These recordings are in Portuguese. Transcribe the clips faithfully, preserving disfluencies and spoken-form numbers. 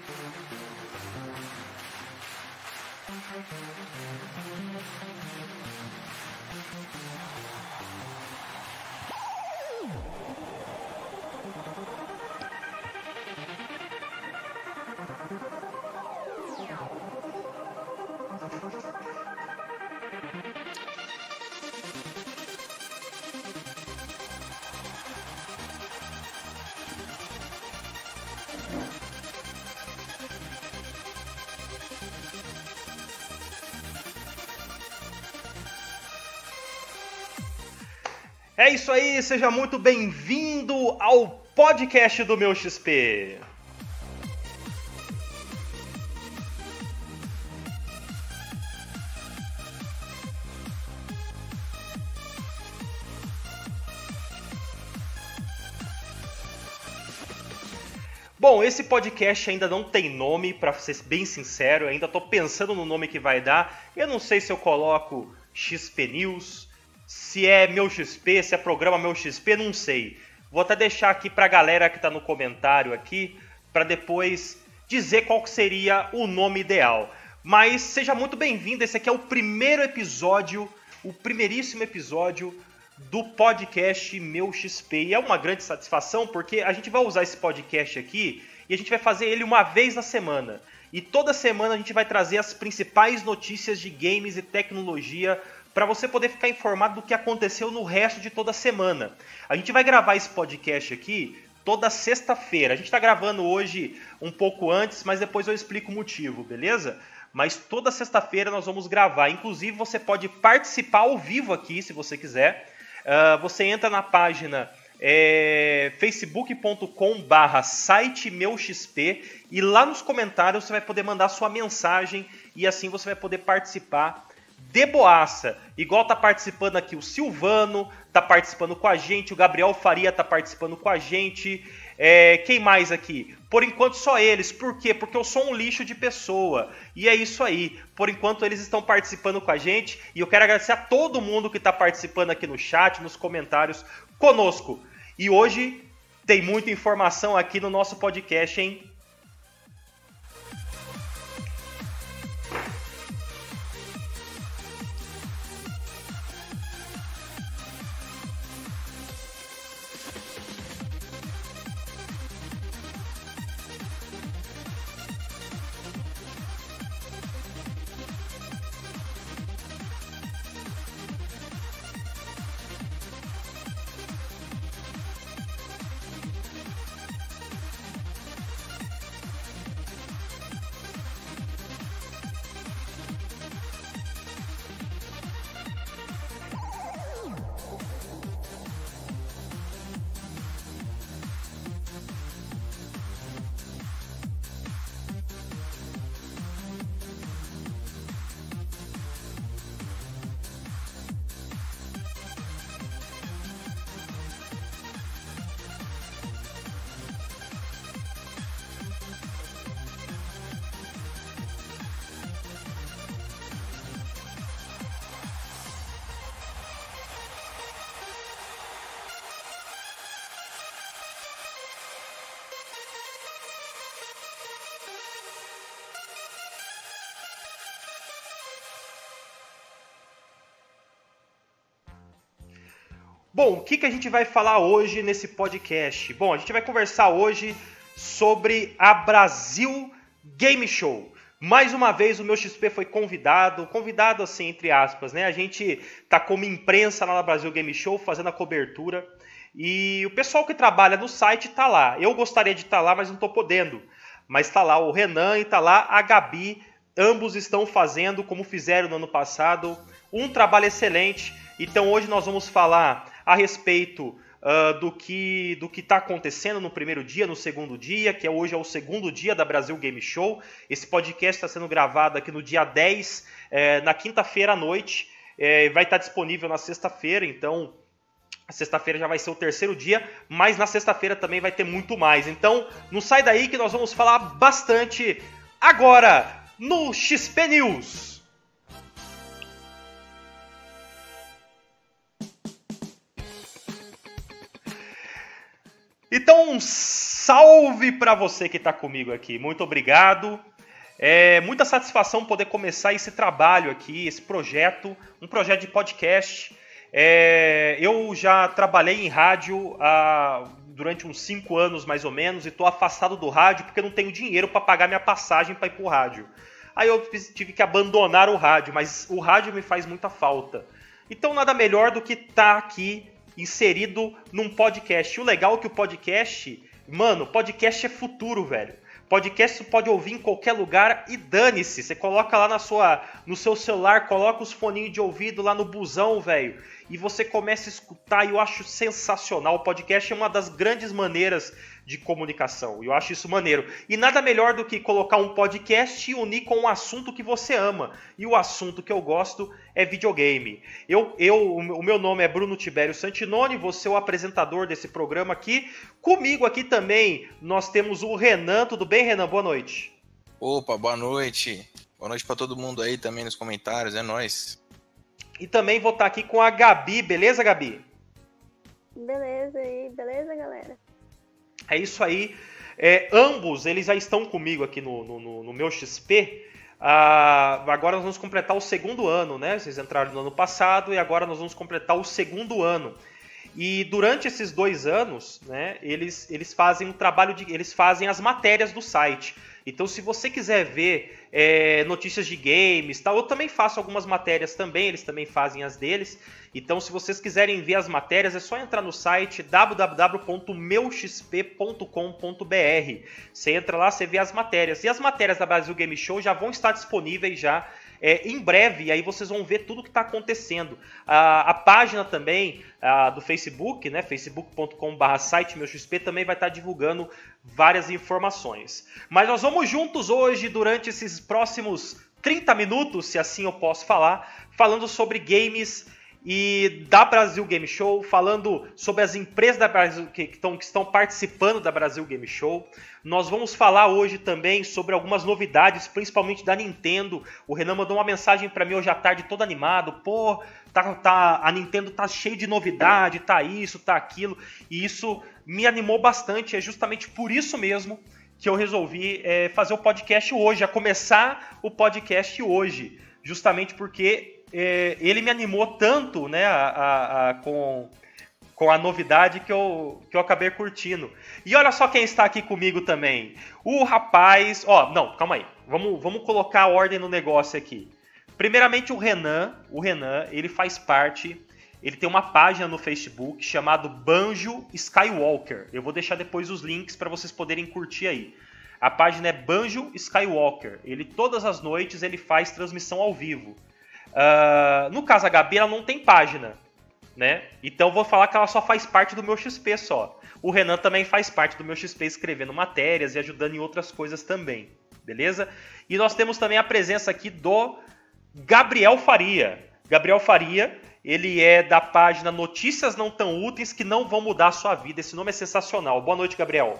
É isso aí, seja muito bem-vindo ao podcast do Meu X P. Bom, esse podcast ainda não tem nome, para ser bem sincero, eu ainda estou pensando no nome que vai dar. Eu não sei se eu coloco X P News, se é Meu X P, se é programa Meu X P, não sei. Vou até deixar aqui para a galera que está no comentário aqui, para depois dizer qual que seria o nome ideal. Mas seja muito bem-vindo, esse aqui é o primeiro episódio, o primeiríssimo episódio do podcast Meu X P. E é uma grande satisfação porque a gente vai usar esse podcast aqui e a gente vai fazer ele uma vez na semana. E toda semana a gente vai trazer as principais notícias de games e tecnologia para você poder ficar informado do que aconteceu no resto de toda a semana. A gente vai gravar esse podcast aqui toda sexta-feira. A gente está gravando hoje um pouco antes, mas depois eu explico o motivo, beleza? Mas toda sexta-feira nós vamos gravar. Inclusive você pode participar ao vivo aqui, se você quiser. Uh, você entra na página é, facebook ponto com barra site meu x p e lá nos comentários você vai poder mandar sua mensagem e assim você vai poder participar de boaça, igual tá participando aqui o Silvano, tá participando com a gente, o Gabriel Faria tá participando com a gente, é, quem mais aqui? Por enquanto só eles, por quê? Porque eu sou um lixo de pessoa, e é isso aí, por enquanto eles estão participando com a gente, e eu quero agradecer a todo mundo que tá participando aqui no chat, nos comentários, conosco, e hoje tem muita informação aqui no nosso podcast, hein? Bom, o que, que a gente vai falar hoje nesse podcast? Bom, a gente vai conversar hoje sobre a Brasil Game Show. Mais uma vez o Meu X P foi convidado, convidado assim, entre aspas, né? A gente tá como imprensa lá na Brasil Game Show fazendo a cobertura e o pessoal que trabalha no site tá lá. Eu gostaria de estar lá, mas não tô podendo. Mas tá lá o Renan e tá lá a Gabi, ambos estão fazendo, como fizeram no ano passado, um trabalho excelente. Então hoje nós vamos falar a respeito uh, do que do que está acontecendo no primeiro dia, no segundo dia, que é hoje é o segundo dia da Brasil Game Show. Esse podcast está sendo gravado aqui no dia dez, eh, na quinta-feira à noite, eh, vai estar disponível na sexta-feira, então a sexta-feira já vai ser o terceiro dia, mas na sexta-feira também vai ter muito mais. Então não sai daí que nós vamos falar bastante agora no X P News. Então, um salve para você que está comigo aqui. Muito obrigado. É muita satisfação poder começar esse trabalho aqui, esse projeto, um projeto de podcast. É, eu já trabalhei em rádio há, durante uns cinco anos mais ou menos e estou afastado do rádio porque não tenho dinheiro para pagar minha passagem para ir para o rádio. Aí eu tive que abandonar o rádio, mas o rádio me faz muita falta. Então nada melhor do que estar aqui inserido num podcast. O legal é que o podcast, mano, podcast é futuro, velho. Podcast você pode ouvir em qualquer lugar e dane-se. Você coloca lá na sua, no seu celular, coloca os foninhos de ouvido lá no busão, velho, e você começa a escutar, e eu acho sensacional. O podcast é uma das grandes maneiras de comunicação, e eu acho isso maneiro. E nada melhor do que colocar um podcast e unir com um assunto que você ama. E o assunto que eu gosto é videogame. Eu, eu, o meu nome é Bruno Tibério Santinoni, vou ser o apresentador desse programa aqui. Comigo aqui também nós temos o Renan. Tudo bem, Renan? Boa noite. Opa, boa noite. Boa noite para todo mundo aí também nos comentários, é nóis. E também vou estar aqui com a Gabi, beleza, Gabi? Beleza aí, beleza, galera? É isso aí. É, ambos, eles já estão comigo aqui no, no, no meu X P. Ah, agora nós vamos completar o segundo ano, né? Vocês entraram no ano passado e agora nós vamos completar o segundo ano. E durante esses dois anos, né, eles, eles fazem um trabalho de. Eles fazem as matérias do site. Então, se você quiser ver é, notícias de games, tal, eu também faço algumas matérias também, eles também fazem as deles. Então, se vocês quiserem ver as matérias, é só entrar no site w w w ponto meu x p ponto com ponto b r. Você entra lá, você vê as matérias. E as matérias da Brasil Game Show já vão estar disponíveis já é, em breve, e aí vocês vão ver tudo o que está acontecendo. A, a página também a, do Facebook, né, facebook ponto com barra site meu x p, também vai estar divulgando várias informações. Mas nós vamos juntos hoje, durante esses próximos trinta minutos, se assim eu posso falar, falando sobre games e da Brasil Game Show, falando sobre as empresas da Brasil, que, estão, que estão participando da Brasil Game Show. Nós vamos falar hoje também sobre algumas novidades, principalmente da Nintendo. O Renan mandou uma mensagem para mim hoje à tarde, todo animado. Pô, tá, tá, a Nintendo tá cheia de novidade, tá isso, tá aquilo. E isso me animou bastante. É justamente por isso mesmo que eu resolvi é, fazer o podcast hoje, a começar o podcast hoje. Justamente porque é, ele me animou tanto, né, a, a, a, com, com a novidade que eu, que eu acabei curtindo. E olha só quem está aqui comigo também. O rapaz... Ó, não, calma aí. Vamos, vamos colocar a ordem no negócio aqui. Primeiramente o Renan. O Renan, ele faz parte... Ele tem uma página no Facebook chamado Banjo Skywalker. Eu vou deixar depois os links para vocês poderem curtir aí. A página é Banjo Skywalker. Ele, todas as noites, ele faz transmissão ao vivo. Uh, no caso, a Gabi, ela não tem página, né? Então, eu vou falar que ela só faz parte do meu X P só. O Renan também faz parte do meu X P, escrevendo matérias e ajudando em outras coisas também, beleza? E nós temos também a presença aqui do Gabriel Faria. Gabriel Faria, ele é da página Notícias Não Tão Úteis que Não Vão Mudar a Sua Vida. Esse nome é sensacional. Boa noite, Gabriel.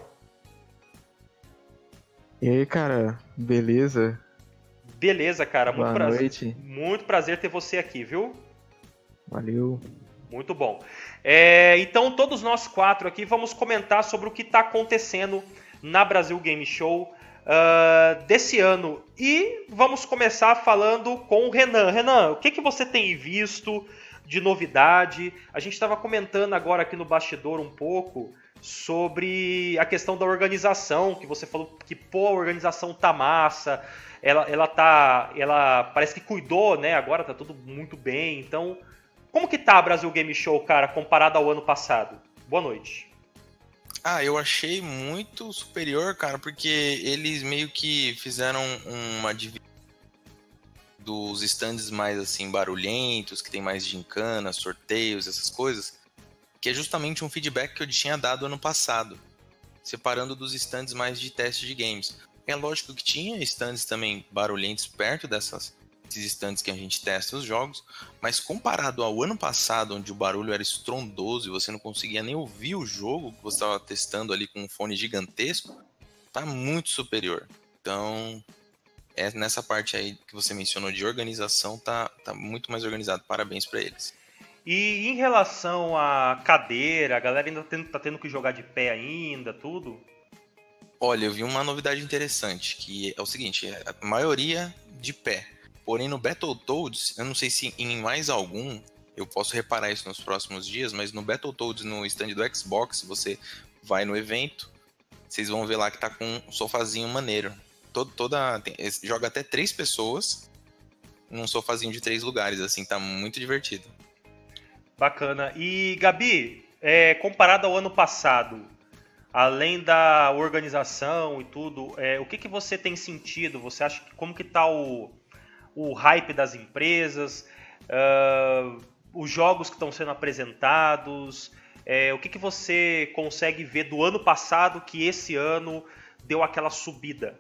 E aí, cara, beleza? Beleza, cara. Muito Boa prazer. noite. Muito prazer ter você aqui, viu? Valeu. Muito bom. É, então, todos nós quatro aqui vamos comentar sobre o que está acontecendo na Brasil Game Show uh, desse ano. E vamos começar falando com o Renan. Renan, o que, que você tem visto de novidade? A gente estava comentando agora aqui no bastidor um pouco sobre a questão da organização, que você falou que, pô, a organização tá massa, ela, ela tá, ela parece que cuidou, né, agora tá tudo muito bem. Então, como que tá a Brasil Game Show, cara, comparado ao ano passado? Boa noite. Ah, eu achei muito superior, cara, porque eles meio que fizeram uma divisão dos stands mais, assim, barulhentos, que tem mais gincana, sorteios, essas coisas, que é justamente um feedback que eu tinha dado ano passado, separando dos stands mais de teste de games. É lógico que tinha stands também barulhentos perto dessas, desses stands que a gente testa os jogos, mas comparado ao ano passado, onde o barulho era estrondoso e você não conseguia nem ouvir o jogo que você estava testando ali com um fone gigantesco, tá muito superior. Então, é nessa parte aí que você mencionou de organização, tá, tá muito mais organizado. Parabéns para eles. E em relação à cadeira, a galera ainda tem- tá tendo que jogar de pé ainda, tudo? Olha, eu vi uma novidade interessante, que é o seguinte, é a maioria de pé. Porém, no Battletoads, eu não sei se em mais algum, eu posso reparar isso nos próximos dias, mas no Battletoads, no stand do Xbox, você vai no evento, vocês vão ver lá que tá com um sofazinho maneiro. Todo, toda, tem- joga até três pessoas num sofazinho de três lugares, assim, tá muito divertido. Bacana. E, Gabi, é, comparado ao ano passado, além da organização e tudo, é, o que, que você tem sentido? Você acha que como que tá o, o hype das empresas, ah, os jogos que estão sendo apresentados? É, o que, que você consegue ver do ano passado que esse ano deu aquela subida?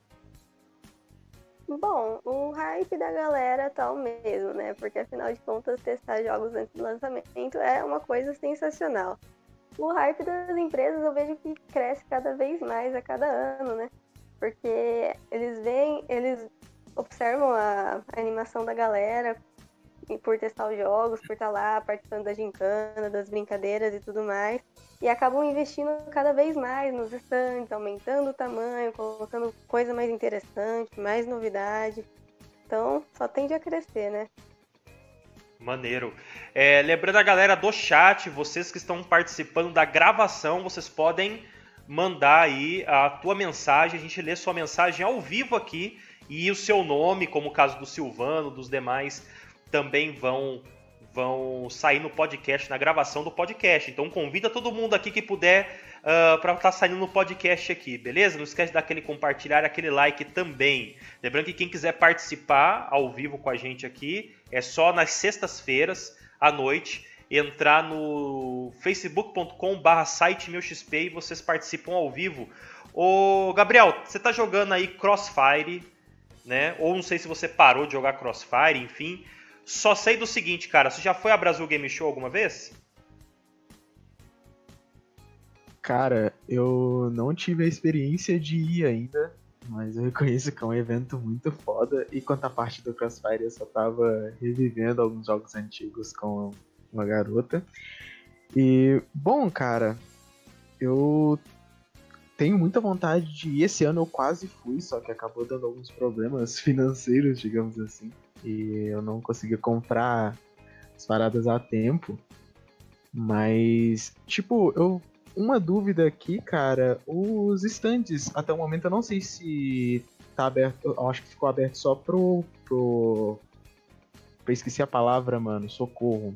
Bom, o hype da galera tá o mesmo, né? Porque afinal de contas, testar jogos antes do lançamento é uma coisa sensacional. O hype das empresas eu vejo que cresce cada vez mais a cada ano, né? Porque eles veem, eles observam a, a animação da galera e por testar os jogos, por estar lá participando da gincana, das brincadeiras e tudo mais. E acabam investindo cada vez mais nos stands, aumentando o tamanho, colocando coisa mais interessante, mais novidade. Então, só tende a crescer, né? Maneiro. É, lembrando a galera do chat, vocês que estão participando da gravação, vocês podem mandar aí a tua mensagem, a gente lê sua mensagem ao vivo aqui e o seu nome, como o caso do Silvano, dos demais, também vão vão sair no podcast, na gravação do podcast. Então convida todo mundo aqui que puder uh, para estar saindo no podcast aqui, beleza? Não esquece de dar aquele compartilhar, aquele like também. Lembrando que quem quiser participar ao vivo com a gente aqui, é só nas sextas-feiras, à noite, entrar no facebook ponto com barra site meu x p e vocês participam ao vivo. Ô, Gabriel, você tá jogando aí Crossfire, né? Ou não sei se você parou de jogar Crossfire, enfim. Só sei do seguinte, cara, você já foi a Brasil Game Show alguma vez? Cara, eu não tive a experiência de ir ainda, mas eu reconheço que é um evento muito foda. E quanto à parte do Crossfire, eu só tava revivendo alguns jogos antigos com uma garota. E, bom, cara, eu tenho muita vontade de ir. Esse ano eu quase fui, só que acabou dando alguns problemas financeiros, digamos assim. E eu não consegui comprar as paradas a tempo. Mas, tipo, eu uma dúvida aqui, cara, os stands, até o momento eu não sei se tá aberto, eu acho que ficou aberto só pro, pro... Eu esqueci a palavra, mano, socorro.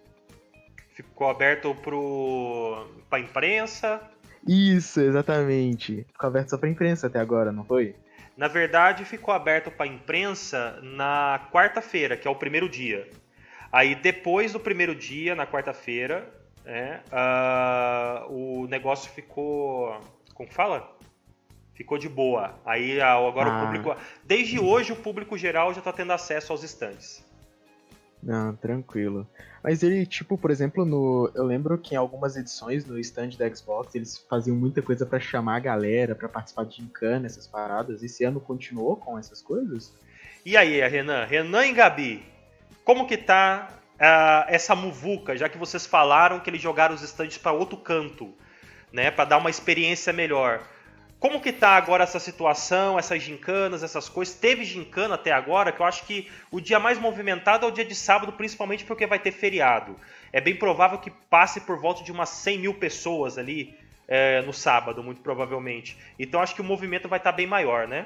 Ficou aberto pro pra imprensa. Isso, exatamente. Ficou aberto só pra imprensa até agora, não foi? Na verdade, ficou aberto para imprensa na quarta-feira, que é o primeiro dia. Aí, depois do primeiro dia, na quarta-feira, né, uh, o negócio ficou... Como que fala? Ficou de boa. Aí, agora Ah. o público... Desde hoje, o público geral já está tendo acesso aos stands. Não, tranquilo. Mas ele, tipo, por exemplo, no. Eu lembro que em algumas edições no stand da Xbox eles faziam muita coisa pra chamar a galera, pra participar de gincana, essas paradas. Esse ano continuou com essas coisas? E aí, Renan? Renan e Gabi, como que tá uh, essa muvuca, já que vocês falaram que eles jogaram os stands para outro canto, né, para dar uma experiência melhor. Como que tá agora essa situação, essas gincanas, essas coisas? Teve gincana até agora, que eu acho que o dia mais movimentado é o dia de sábado, principalmente porque vai ter feriado. É bem provável que passe por volta de umas cem mil pessoas ali é, no sábado, muito provavelmente. Então acho que o movimento vai estar bem maior, né?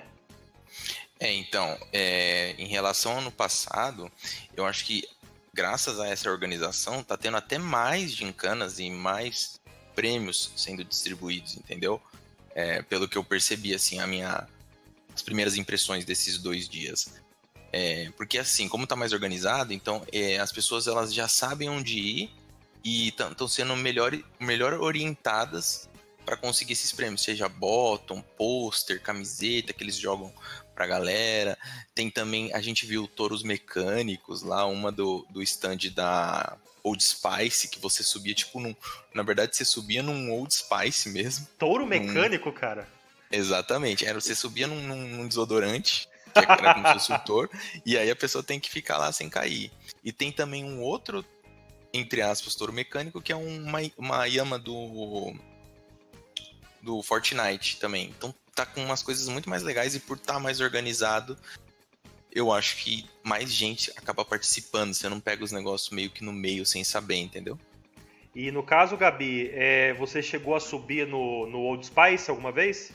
É, então, é, em relação ao ano passado, eu acho que graças a essa organização tá tendo até mais gincanas e mais prêmios sendo distribuídos, entendeu? É, pelo que eu percebi, assim, a minha, as primeiras impressões desses dois dias. É, porque, assim, como tá mais organizado, então é, as pessoas elas já sabem onde ir e estão sendo melhor, melhor orientadas para conseguir esses prêmios, seja bottom, pôster, camiseta que eles jogam pra galera. Tem também, a gente viu touros mecânicos lá, uma do, do stand da Old Spice, que você subia tipo num... Na verdade, você subia num Old Spice mesmo. Touro mecânico, num... cara? Exatamente, era, você subia num, num desodorante, que era como se fosse um touro, e aí a pessoa tem que ficar lá sem cair. E tem também um outro entre aspas, touro mecânico, que é uma, uma Yama do, do Fortnite também. Então tá com umas coisas muito mais legais e por estar tá mais organizado, eu acho que mais gente acaba participando. Você não pega os negócios meio que no meio sem saber, entendeu? E no caso, Gabi, é, você chegou a subir no, no Old Spice alguma vez?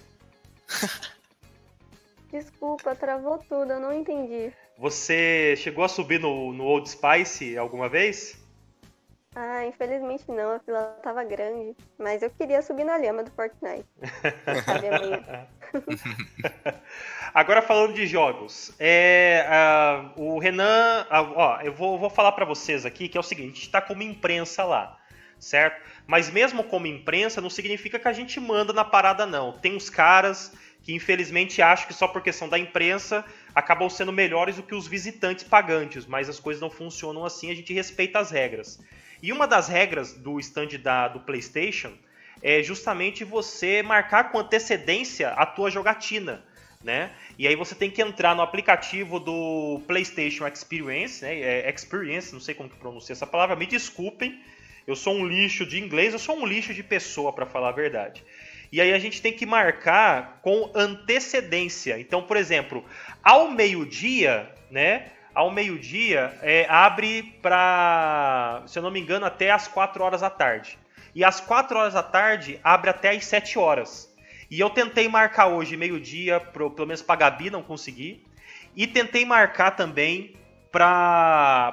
Desculpa, travou tudo, eu não entendi. Você chegou a subir no, no Old Spice alguma vez? Ah, infelizmente não, a fila tava grande. Mas eu queria subir na lhama do Fortnite. Sabe, amanhã. Agora falando de jogos, é, uh, o Renan, uh, ó, eu vou, vou falar pra vocês aqui que é o seguinte, a gente tá como imprensa lá, certo? Mas mesmo como imprensa não significa que a gente manda na parada não. Tem uns caras que infelizmente acham que só por questão da imprensa acabam sendo melhores do que os visitantes pagantes, mas as coisas não funcionam assim, a gente respeita as regras. E uma das regras do stand da, do PlayStation é justamente você marcar com antecedência a tua jogatina, né? E aí você tem que entrar no aplicativo do PlayStation Experience, né? É Experience, não sei como que pronuncia essa palavra, me desculpem, eu sou um lixo de inglês, eu sou um lixo de pessoa, para falar a verdade. E aí a gente tem que marcar com antecedência. Então, por exemplo, ao meio-dia, né? Ao meio-dia, é, abre para, se eu não me engano, até as quatro horas da tarde. E às quatro horas da tarde, abre até às sete horas. E eu tentei marcar hoje meio-dia, pelo menos para Gabi, não consegui. E tentei marcar também para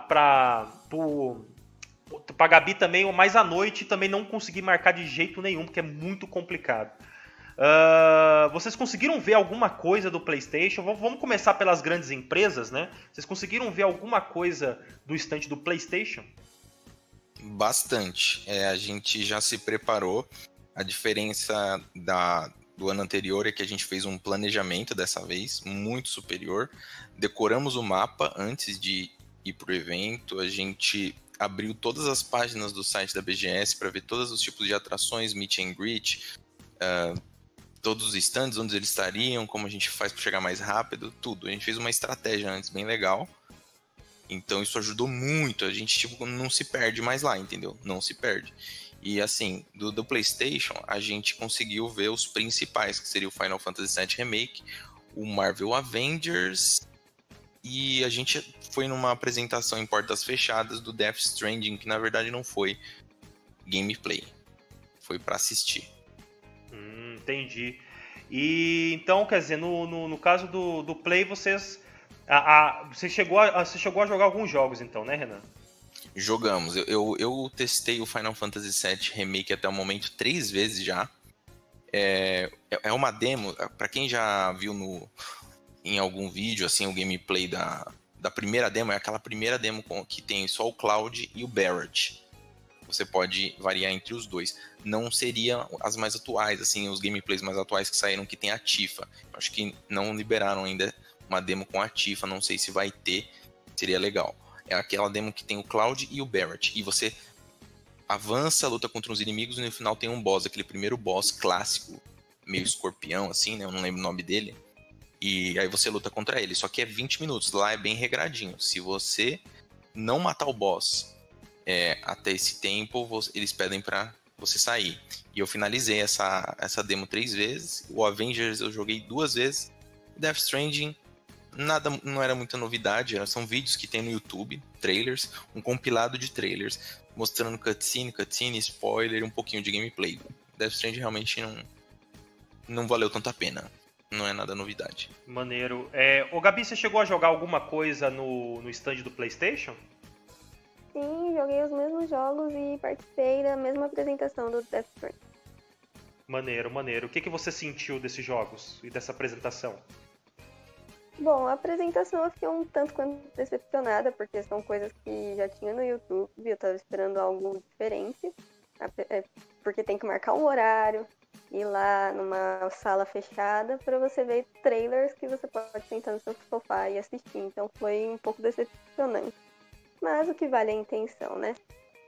para Gabi também, mas à noite também não consegui marcar de jeito nenhum, porque é muito complicado. Uh, vocês conseguiram ver alguma coisa do PlayStation? Vamos começar pelas grandes empresas, né? Vocês conseguiram ver alguma coisa do stand do PlayStation? Bastante. É, a gente já se preparou. A diferença da, do ano anterior é que a gente fez um planejamento dessa vez, muito superior. Decoramos o mapa antes de ir para o evento. A gente abriu todas as páginas do site da B G S para ver todos os tipos de atrações, meet and greet, uh, todos os stands, onde eles estariam, como a gente faz para chegar mais rápido, tudo. A gente fez uma estratégia antes bem legal. Então isso ajudou muito. A gente tipo, não se perde mais lá, entendeu? Não se perde. E assim, do, do PlayStation, a gente conseguiu ver os principais, que seria o Final Fantasy sete Remake, o Marvel Avengers, e a gente foi numa apresentação em portas fechadas do Death Stranding, que na verdade não foi gameplay. Foi para assistir. Hum, entendi. E então, quer dizer, no, no, no caso do, do Play, vocês... A, a, você, chegou a, você chegou a jogar alguns jogos então, né, Renan? Jogamos. Eu, eu, eu testei o Final Fantasy sete Remake até o momento três vezes já. É, é uma demo, para quem já viu no, em algum vídeo, assim, o gameplay da, da primeira demo, é aquela primeira demo com, que tem só o Cloud e o Barrett. Você pode variar entre os dois. Não seriam as mais atuais, assim, os gameplays mais atuais que saíram, que tem a Tifa. Acho que não liberaram ainda uma demo com a Tifa, não sei se vai ter, seria legal. É aquela demo que tem o Cloud e o Barrett. E você avança, luta contra os inimigos e no final tem um boss, aquele primeiro boss clássico, meio escorpião, assim, né? Eu não lembro o nome dele. E aí você luta contra ele. Só que é vinte minutos, lá é bem regradinho. Se você não matar o boss é, até esse tempo, você, eles pedem pra você sair. E eu finalizei essa, essa demo três vezes. O Avengers eu joguei duas vezes. Death Stranding, nada, não era muita novidade, são vídeos que tem no YouTube, trailers, um compilado de trailers, mostrando cutscene, cutscene, spoiler e um pouquinho de gameplay. Death Stranding realmente não, não valeu tanta pena, não é nada novidade. Maneiro. É, ô Gabi, você chegou a jogar alguma coisa no, no stand do PlayStation? Sim, joguei os mesmos jogos e participei da mesma apresentação do Death Stranding. Maneiro, maneiro. O que, que você sentiu desses jogos e dessa apresentação? Bom, a apresentação eu fiquei um tanto quanto decepcionada, porque são coisas que já tinha no YouTube, eu tava esperando algo diferente, porque tem que marcar um horário, ir lá numa sala fechada para você ver trailers que você pode sentar no seu sofá e assistir, então foi um pouco decepcionante. Mas o que vale é a intenção, né?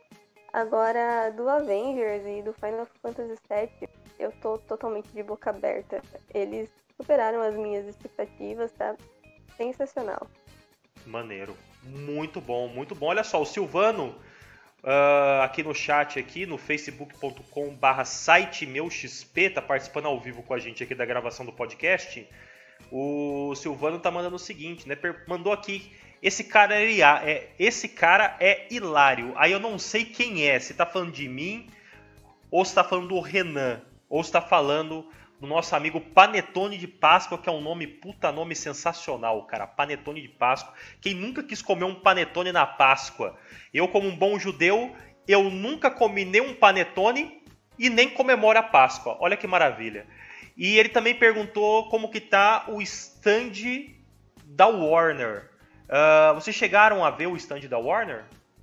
Agora, do Avengers e do Final Fantasy sete, eu tô totalmente de boca aberta. Eles superaram as minhas expectativas, tá? Sensacional. Maneiro. Muito bom, muito bom. Olha só, o Silvano, Uh, aqui no chat, aqui no facebook ponto com barra site meu X P, tá participando ao vivo com a gente aqui da gravação do podcast. O Silvano tá mandando o seguinte, né? Mandou aqui, esse cara é, é, esse cara é hilário. Aí eu não sei quem é, se tá falando de mim, ou se tá falando do Renan, ou se tá falando do nosso amigo Panetone de Páscoa, que é um nome, puta nome sensacional, cara. Panetone de Páscoa. Quem nunca quis comer um panetone na Páscoa? Eu, como um bom judeu, eu nunca comi nem um panetone e nem comemoro a Páscoa. Olha que maravilha. E ele também perguntou como que tá o stand da Warner. Uh, vocês chegaram a ver o stand da Warner?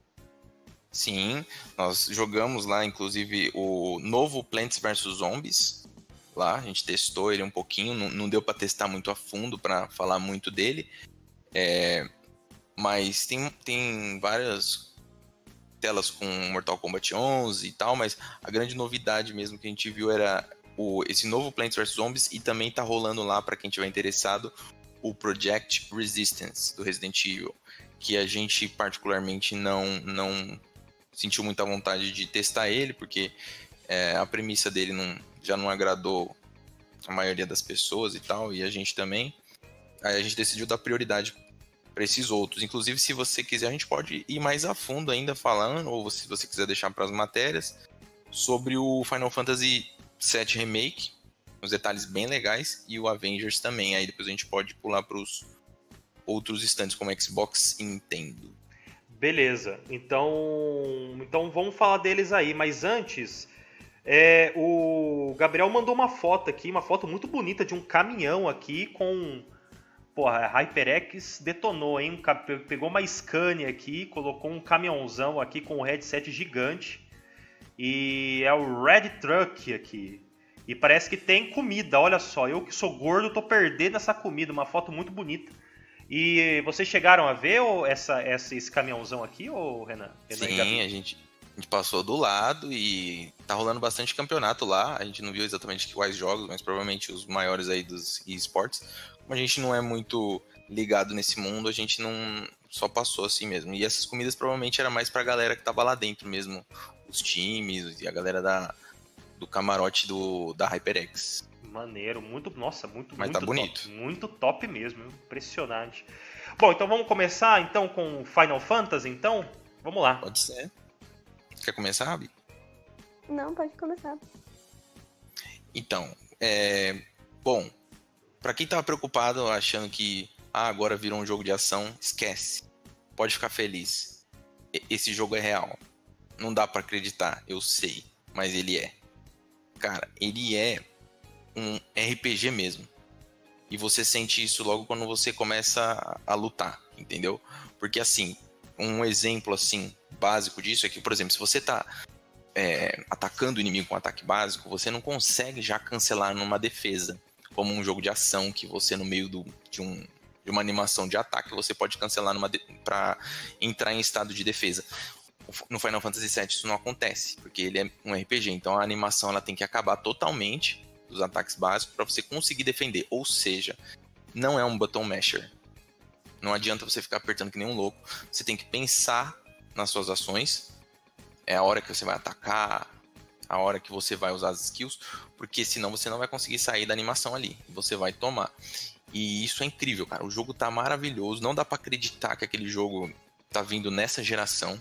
Sim, nós jogamos lá, inclusive, o novo Plants versus. Zombies. Lá, a gente testou ele um pouquinho, não, não deu para testar muito a fundo, para falar muito dele. É, mas tem, tem várias telas com Mortal Kombat onze e tal, mas a grande novidade mesmo que a gente viu era o, esse novo Plants versus. Zombies, e também tá rolando lá, para quem tiver interessado, o Project Resistance do Resident Evil, que a gente particularmente não, não sentiu muita vontade de testar ele, porque é, a premissa dele não, já não agradou a maioria das pessoas e tal, e a gente também. Aí a gente decidiu dar prioridade para esses outros. Inclusive, se você quiser, a gente pode ir mais a fundo ainda falando, ou se você quiser deixar para as matérias, sobre o Final Fantasy sete Remake, uns detalhes bem legais, e o Avengers também. Aí depois a gente pode pular para os outros stands, como Xbox e Nintendo. Beleza, então, então vamos falar deles aí, mas antes, é, o Gabriel mandou uma foto aqui, uma foto muito bonita de um caminhão aqui com, porra, a HyperX detonou, hein, pegou uma Scania aqui, colocou um caminhãozão aqui com um headset gigante, e é o Red Truck aqui, e parece que tem comida, olha só, eu que sou gordo tô perdendo essa comida, uma foto muito bonita. E vocês chegaram a ver essa, essa, esse caminhãozão aqui, ou Renan? Renan Sim, a gente, a gente passou do lado e tá rolando bastante campeonato lá. A gente não viu exatamente quais jogos, mas provavelmente os maiores aí dos esportes. Como a gente não é muito ligado nesse mundo, a gente não só passou assim mesmo. E essas comidas provavelmente era mais pra galera que tava lá dentro mesmo, os times e a galera da, do camarote do, da HyperX. Maneiro, muito, nossa, muito, Mas muito tá bonito. top, muito top mesmo, impressionante. Bom, então vamos começar então com Final Fantasy, então? Vamos lá. Pode ser. Quer começar, Abi? Não, pode começar. Então, é... bom, pra quem tava preocupado, achando que ah, agora virou um jogo de ação, esquece. Pode ficar feliz. Esse jogo é real. Não dá pra acreditar, eu sei, mas ele é. Cara, ele é um R P G mesmo. E você sente isso logo quando você começa a lutar, entendeu? Porque assim, um exemplo assim básico disso é que, por exemplo, se você tá é, atacando o inimigo com um ataque básico, você não consegue já cancelar numa defesa, como um jogo de ação que você no meio do, de, um, de uma animação de ataque, você pode cancelar numa de, pra entrar em estado de defesa. No Final Fantasy sete isso não acontece, porque ele é um R P G, então a animação ela tem que acabar totalmente dos ataques básicos para você conseguir defender. Ou seja, não é um button masher. Não adianta você ficar apertando que nem um louco. Você tem que pensar nas suas ações. É a hora que você vai atacar, a hora que você vai usar as skills, porque senão você não vai conseguir sair da animação ali. Você vai tomar. E isso é incrível, cara. O jogo tá maravilhoso. Não dá para acreditar que aquele jogo tá vindo nessa geração.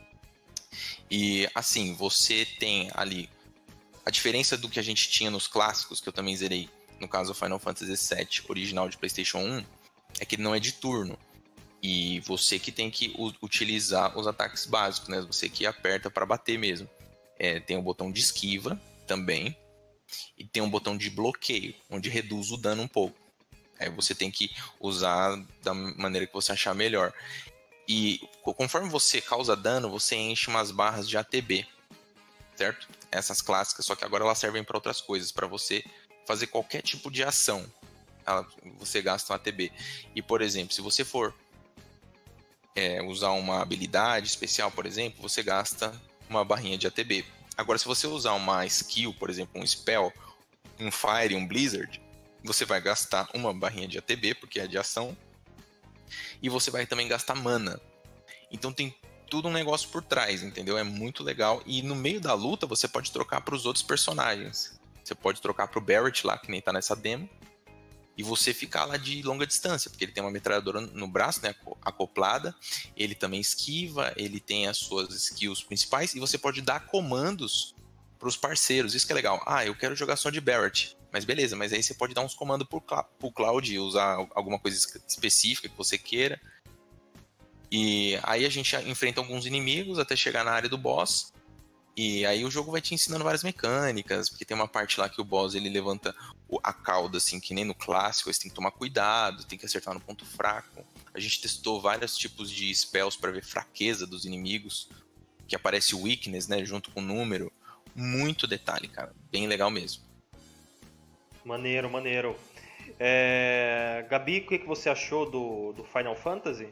E assim, você tem ali a diferença do que a gente tinha nos clássicos, que eu também zerei, no caso o Final Fantasy sete original de PlayStation um, é que ele não é de turno. E você que tem que u- utilizar os ataques básicos, né? Você que aperta para bater mesmo. É, tem o botão de esquiva também, e tem um botão de bloqueio, onde reduz o dano um pouco. Aí você tem que usar da maneira que você achar melhor. E conforme você causa dano, você enche umas barras de A T B, certo? Essas clássicas, só que agora elas servem para outras coisas, para você fazer qualquer tipo de ação. Ela, você gasta um A T B. E, por exemplo, se você for é, usar uma habilidade especial, por exemplo, você gasta uma barrinha de A T B. Agora, se você usar uma skill, por exemplo, um spell, um fire, um blizzard, você vai gastar uma barrinha de A T B, porque é de ação, e você vai também gastar mana. Então tem tudo um negócio por trás, entendeu? É muito legal. E no meio da luta, você pode trocar para os outros personagens. Você pode trocar pro Barrett lá, que nem tá nessa demo. E você ficar lá de longa distância, porque ele tem uma metralhadora no braço, né, acoplada. Ele também esquiva, ele tem as suas skills principais. E você pode dar comandos pros parceiros. Isso que é legal. Ah, eu quero jogar só de Barrett. Mas beleza, mas aí você pode dar uns comandos pro, pro Cloud, usar alguma coisa específica que você queira. E aí a gente enfrenta alguns inimigos até chegar na área do boss. E aí o jogo vai te ensinando várias mecânicas, porque tem uma parte lá que o boss ele levanta a cauda, assim, que nem no clássico, você tem que tomar cuidado, tem que acertar no ponto fraco. A gente testou vários tipos de spells para ver fraqueza dos inimigos, que aparece o weakness, né, junto com o número. Muito detalhe, cara, bem legal mesmo. Maneiro, maneiro. É... Gabi, o que você achou do, do Final Fantasy?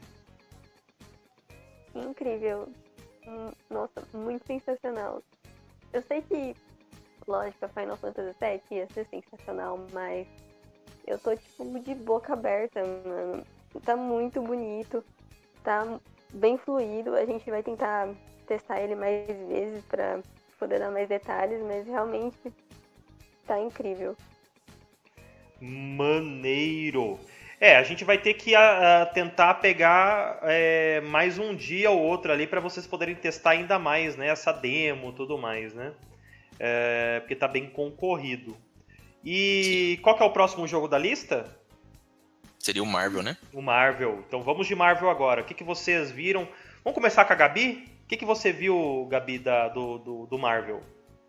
Incrível. Nossa, muito sensacional. Eu sei que, lógico, a Final Fantasy sete ia ser sensacional, mas eu tô, tipo, de boca aberta, mano. Tá muito bonito, tá bem fluido. A gente vai tentar testar ele mais vezes pra poder dar mais detalhes, mas realmente tá incrível. Maneiro! É, a gente vai ter que a, a, tentar pegar é, mais um dia ou outro ali para vocês poderem testar ainda mais, né? Essa demo e tudo mais, né? É, porque tá bem concorrido. E Sim. Qual que é o próximo jogo da lista? Seria o Marvel, né? O Marvel. Então vamos de Marvel agora. O que, que vocês viram? Vamos começar com a Gabi? O que, que você viu, Gabi, da, do, do, do Marvel?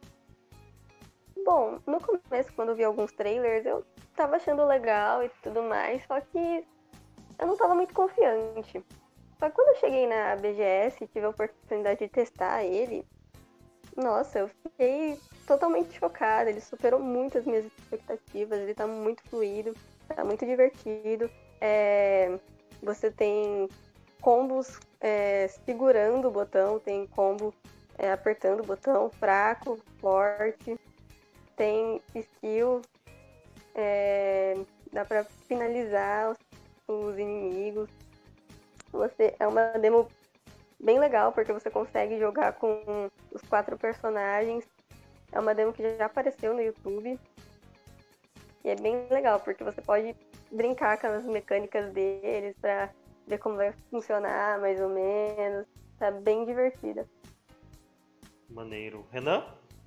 Bom, no começo, quando eu vi alguns trailers, eu tava achando legal e tudo mais, só que eu não tava muito confiante. Só que quando eu cheguei na B G S e tive a oportunidade de testar ele, nossa, eu fiquei totalmente chocada. Ele superou muito as minhas expectativas, ele tá muito fluido, tá muito divertido. É, você tem combos é, segurando o botão, tem combo é, apertando o botão, fraco, forte. Tem skill, é, dá pra finalizar os, os inimigos. Você, é uma demo bem legal, porque você consegue jogar com os quatro personagens. É uma demo que já apareceu no YouTube. E é bem legal, porque você pode brincar com as mecânicas deles pra ver como vai funcionar, mais ou menos. Tá bem divertida. Maneiro. Renan?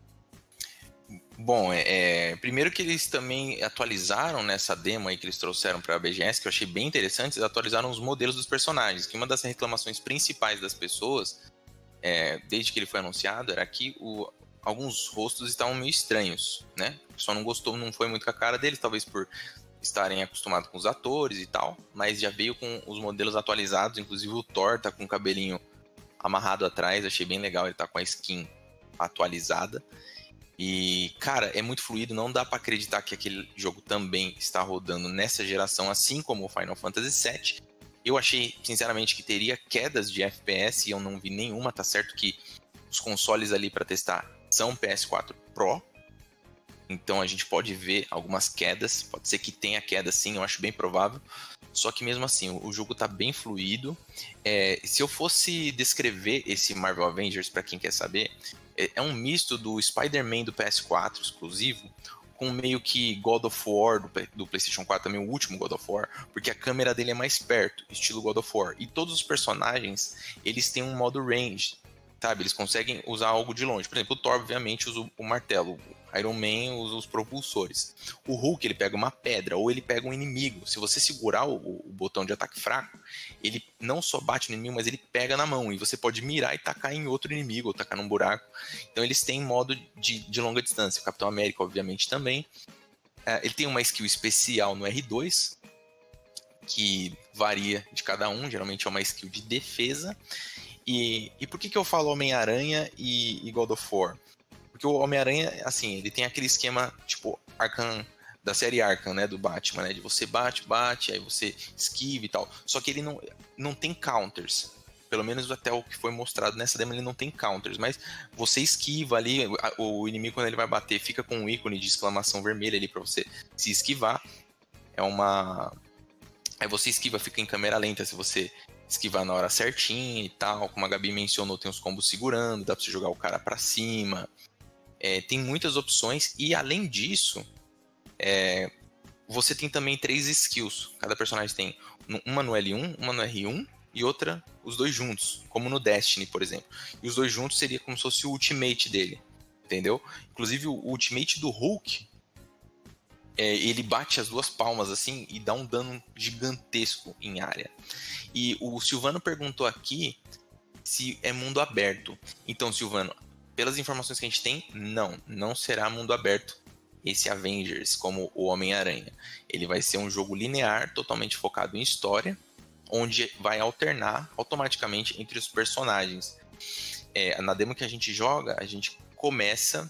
Bom, é, é, primeiro que eles também atualizaram nessa demo aí que eles trouxeram para a B G S, que eu achei bem interessante, eles atualizaram os modelos dos personagens, que uma das reclamações principais das pessoas, é, desde que ele foi anunciado, era que o, alguns rostos estavam meio estranhos, né? Só não gostou, não foi muito com a cara deles, talvez por estarem acostumados com os atores e tal, mas já veio com os modelos atualizados, inclusive o Thor tá com o cabelinho amarrado atrás, achei bem legal, ele tá com a skin atualizada. E, cara, é muito fluido, não dá pra acreditar que aquele jogo também está rodando nessa geração, assim como o Final Fantasy sete. Eu achei, sinceramente, que teria quedas de F P S e eu não vi nenhuma. Tá certo que os consoles ali pra testar são P S quatro Pro, então a gente pode ver algumas quedas, pode ser que tenha queda sim, eu acho bem provável. Só que mesmo assim, o jogo tá bem fluido. É, se eu fosse descrever esse Marvel Avengers, pra quem quer saber, é um misto do Spider-Man do P S quatro exclusivo, com meio que God of War do, do PlayStation quatro, também o último God of War, porque a câmera dele é mais perto, estilo God of War. E todos os personagens, eles têm um modo range, sabe? Eles conseguem usar algo de longe. Por exemplo, o Thor, obviamente, usa o martelo. O Iron Man usa os propulsores. O Hulk, ele pega uma pedra ou ele pega um inimigo. Se você segurar o, o botão de ataque fraco, ele não só bate no inimigo, mas ele pega na mão. E você pode mirar e tacar em outro inimigo, ou tacar num buraco. Então eles têm modo de, de longa distância. O Capitão América, obviamente, também. É, ele tem uma skill especial no R dois, que varia de cada um. Geralmente é uma skill de defesa. E, e por que, que eu falo Homem-Aranha e, e God of War? Porque o Homem-Aranha, assim, ele tem aquele esquema, tipo, Arkham, da série Arkham, né, do Batman, né, de você bate, bate, aí você esquiva e tal. Só que ele não, não tem counters. Pelo menos até o que foi mostrado nessa demo, ele não tem counters. Mas você esquiva ali, o inimigo, quando ele vai bater, fica com um ícone de exclamação vermelha ali pra você se esquivar. É uma... Aí você esquiva, fica em câmera lenta se você esquivar na hora certinha e tal. Como a Gabi mencionou, tem os combos segurando, dá pra você jogar o cara pra cima. É, tem muitas opções e, além disso, é, você tem também três skills. Cada personagem tem uma no L um, uma no R um e outra, os dois juntos, como no Destiny, por exemplo. E os dois juntos seria como se fosse o ultimate dele, entendeu? Inclusive, o ultimate do Hulk, é, ele bate as duas palmas assim e dá um dano gigantesco em área. E o Silvano perguntou aqui se é mundo aberto. Então, Silvano, pelas informações que a gente tem, não, não será mundo aberto esse Avengers como o Homem-Aranha. Ele vai ser um jogo linear, totalmente focado em história, onde vai alternar automaticamente entre os personagens. É, na demo que a gente joga, a gente começa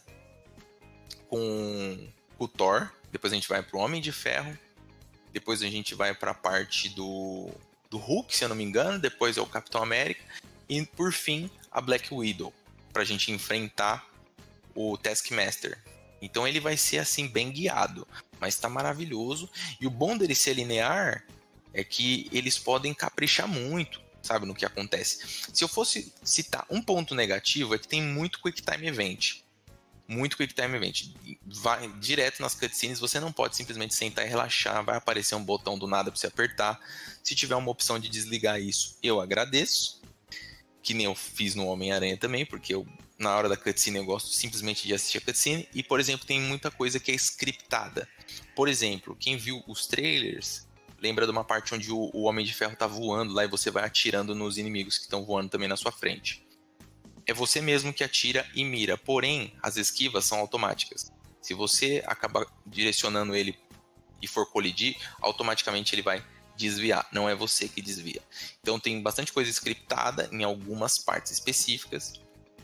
com o Thor, depois a gente vai para o Homem de Ferro, depois a gente vai para a parte do, do Hulk, se eu não me engano, depois é o Capitão América, e por fim a Black Widow, para a gente enfrentar o Taskmaster. Então ele vai ser assim bem guiado, mas está maravilhoso. E o bom dele ser linear é que eles podem caprichar muito, sabe, no que acontece. Se eu fosse citar um ponto negativo, é que tem muito Quick Time Event. Muito Quick Time Event. Vai direto nas cutscenes, você não pode simplesmente sentar e relaxar, vai aparecer um botão do nada para você apertar. Se tiver uma opção de desligar isso, eu agradeço. Que nem eu fiz no Homem-Aranha também, porque eu, na hora da cutscene eu gosto simplesmente de assistir a cutscene. E, por exemplo, tem muita coisa que é scriptada. Por exemplo, quem viu os trailers lembra de uma parte onde o, o Homem de Ferro tá voando lá e você vai atirando nos inimigos que estão voando também na sua frente. É você mesmo que atira e mira, porém, as esquivas são automáticas. Se você acabar direcionando ele e for colidir, automaticamente ele vai desviar, não é você que desvia. Então tem bastante coisa scriptada em algumas partes específicas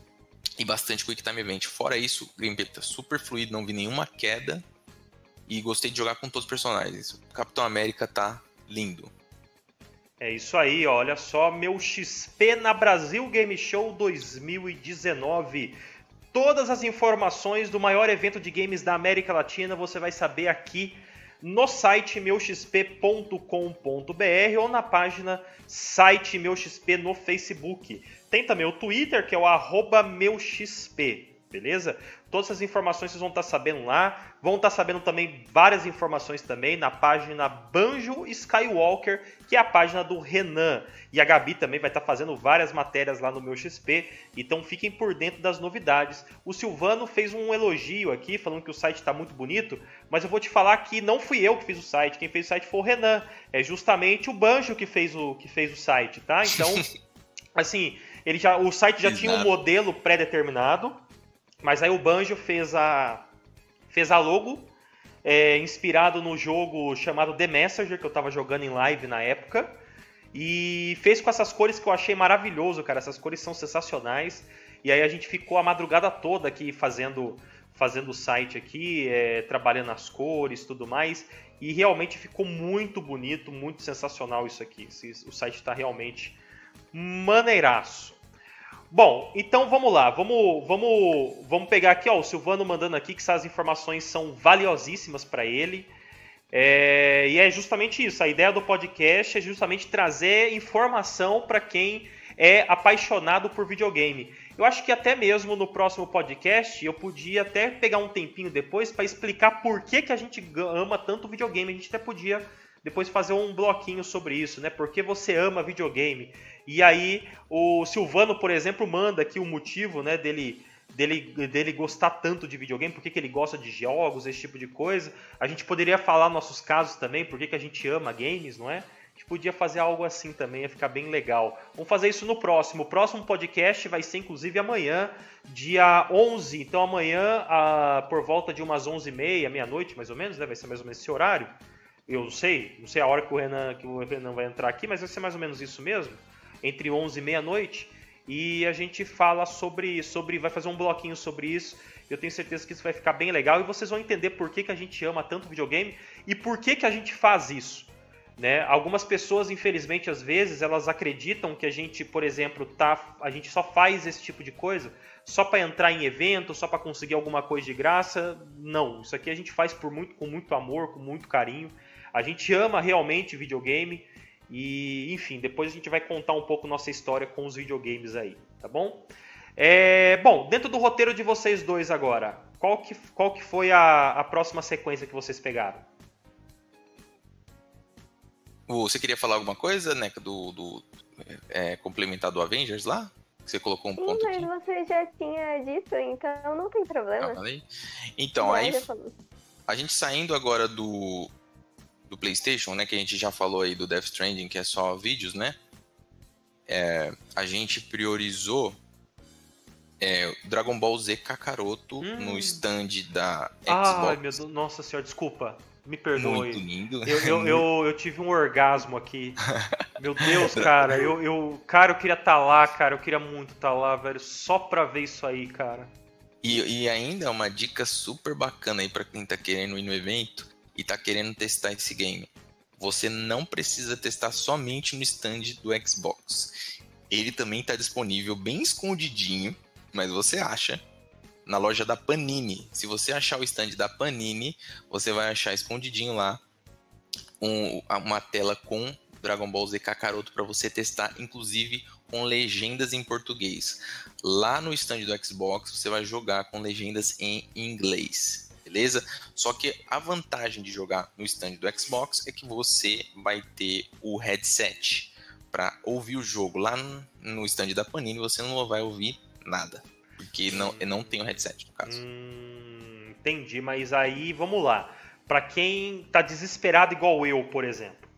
e bastante Quick Time Event. Fora isso, o gameplay tá super fluido, não vi nenhuma queda e gostei de jogar com todos os personagens. O Capitão América tá lindo. É isso aí, olha só, meu X P na Brasil Game Show dois mil e dezenove. Todas as informações do maior evento de games da América Latina você vai saber aqui no site meu x p ponto com ponto b r ou na página site meu x p no Facebook. Tem também o Twitter, que é o arroba meu x p, beleza? Todas essas informações vocês vão estar sabendo lá. Vão estar sabendo também várias informações também na página Banjo Skywalker, que é a página do Renan. E a Gabi também vai estar fazendo várias matérias lá no meu X P. Então fiquem por dentro das novidades. O Silvano fez um elogio aqui, falando que o site está muito bonito. Mas eu vou te falar que não fui eu que fiz o site. Quem fez o site foi o Renan. É justamente o Banjo que fez o, que fez o site, tá? Então, assim, ele já, o site já tinha um modelo pré-determinado. Mas aí o Banjo fez a, fez a logo, é, inspirado no jogo chamado The Messenger, que eu tava jogando em live na época. E fez com essas cores que eu achei maravilhoso, cara. Essas cores são sensacionais. E aí a gente ficou a madrugada toda aqui fazendo, fazendo o site aqui, é, trabalhando as cores e tudo mais. E realmente ficou muito bonito, muito sensacional isso aqui. O site tá realmente maneiraço. Bom, então vamos lá, vamos, vamos, vamos pegar aqui, ó, o Silvano mandando aqui que essas informações são valiosíssimas para ele, é, e é justamente isso, a ideia do podcast é justamente trazer informação para quem é apaixonado por videogame. Eu acho que até mesmo no próximo podcast eu podia até pegar um tempinho depois para explicar por que, que a gente ama tanto videogame, a gente até podia depois fazer um bloquinho sobre isso, né? Por que você ama videogame? E aí o Silvano, por exemplo, manda aqui o motivo, né, dele, dele, dele gostar tanto de videogame, por que, que ele gosta de jogos, esse tipo de coisa. A gente poderia falar nossos casos também, por que, que a gente ama games, não é? A gente podia fazer algo assim também, ia ficar bem legal. Vamos fazer isso no próximo. O próximo podcast vai ser inclusive amanhã, dia onze. Então amanhã, a, por volta de umas onze e meia, meia-noite mais ou menos, né? Vai ser mais ou menos esse horário. Eu não sei, não sei a hora que o Renan, que o Renan vai entrar aqui, mas vai ser mais ou menos isso mesmo, entre onze e meia-noite, e a gente fala sobre, sobre, vai fazer um bloquinho sobre isso. Eu tenho certeza que isso vai ficar bem legal e vocês vão entender por que, que a gente ama tanto videogame e por que, que a gente faz isso, né? Algumas pessoas, infelizmente, às vezes, elas acreditam que a gente, por exemplo, tá, a gente só faz esse tipo de coisa só para entrar em evento, só para conseguir alguma coisa de graça. Não, isso aqui a gente faz por muito, com muito amor, com muito carinho. A gente ama realmente videogame E, enfim, depois a gente vai contar um pouco nossa história com os videogames aí, tá bom? É, bom, dentro do roteiro de vocês dois agora, qual que, qual que foi a, a próxima sequência que vocês pegaram? Você queria falar alguma coisa, né, do, do é, complementar do Avengers lá? Você colocou um Sim, ponto mas aqui. você já tinha dito, então não tem problema. Ah, falei? Então, Já, aí já falou. a gente saindo agora do, do PlayStation, né, que a gente já falou aí do Death Stranding, que é só vídeos, né? É, a gente priorizou é, Dragon Ball Z Kakaroto Hum. no stand da Xbox. Ai, meu Deus, nossa senhora, desculpa. Me perdoe. Muito lindo. Eu, eu, eu, eu tive um orgasmo aqui. Meu Deus, cara. Eu, eu, cara, eu queria estar lá, cara. Eu queria muito estar lá, velho. Só pra ver isso aí, cara. E, e ainda uma dica super bacana aí pra quem tá querendo ir no evento e tá querendo testar esse game. Você não precisa testar somente no stand do Xbox. Ele também tá disponível bem escondidinho, mas você acha na loja da Panini. Se você achar o stand da Panini, você vai achar escondidinho lá um, uma tela com Dragon Ball Z Kakaroto para você testar, inclusive com legendas em português. Lá no stand do Xbox, você vai jogar com legendas em inglês, beleza? Só que a vantagem de jogar no stand do Xbox é que você vai ter o headset para ouvir o jogo. Lá no stand da Panini, você não vai ouvir nada. Porque não, não tem o headset, no caso. Hum, entendi, mas aí vamos lá. Pra quem tá desesperado igual eu, por exemplo,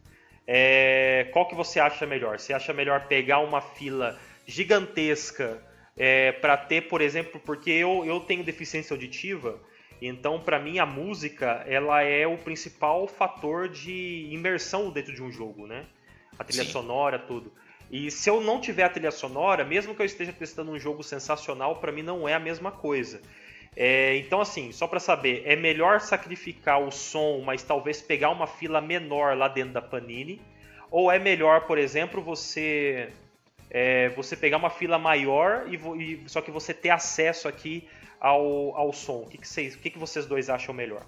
é, qual que você acha melhor? Você acha melhor pegar uma fila gigantesca é, para ter, por exemplo, porque eu, eu tenho deficiência auditiva, então pra mim a música ela é o principal fator de imersão dentro de um jogo, né? A trilha Sim. sonora, tudo. E se eu não tiver a trilha sonora, mesmo que eu esteja testando um jogo sensacional, pra mim não é a mesma coisa. É, então, assim, só pra saber, é melhor sacrificar o som, mas talvez pegar uma fila menor lá dentro da Panini? Ou é melhor, por exemplo, você é, você pegar uma fila maior e, e só que você ter acesso aqui ao, ao som? O que, que, vocês, o que, que vocês dois acham melhor?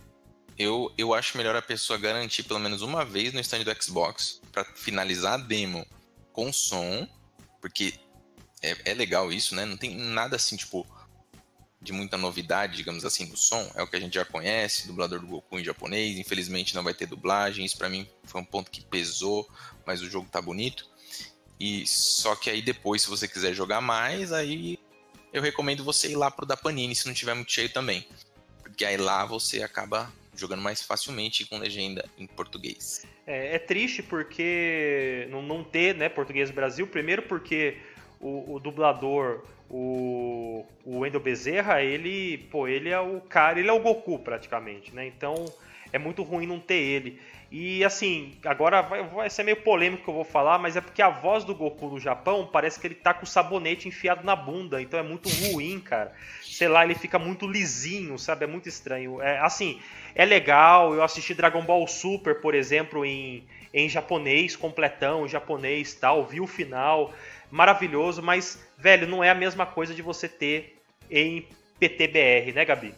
Eu, eu acho melhor a pessoa garantir pelo menos uma vez no stand do Xbox pra finalizar a demo com som, porque é, é legal isso, né? Não tem nada assim, tipo, de muita novidade, digamos assim, no som. É o que a gente já conhece, dublador do Goku em japonês. Infelizmente não vai ter dublagem. Isso pra mim foi um ponto que pesou, mas o jogo tá bonito. E só que aí depois, se você quiser jogar mais, aí eu recomendo você ir lá pro da Panini, se não tiver muito cheio também. Porque aí lá você acaba jogando mais facilmente com legenda em português. É, é triste porque não, não ter, né, português do Brasil. Primeiro porque o, o dublador, o, o Wendel Bezerra, ele, pô, ele é o cara, ele é o Goku praticamente, né? Então é muito ruim não ter ele. E assim, agora vai, vai ser meio polêmico que eu vou falar, mas é porque a voz do Goku no Japão parece que ele tá com o sabonete enfiado na bunda, então é muito ruim, cara. Sei lá, ele fica muito lisinho, sabe? É muito estranho. É, assim, é legal, eu assisti Dragon Ball Super, por exemplo, em, em japonês, completão, em japonês e tal, vi o final, maravilhoso, mas, velho, não é a mesma coisa de você ter em P T B R, né, Gabi?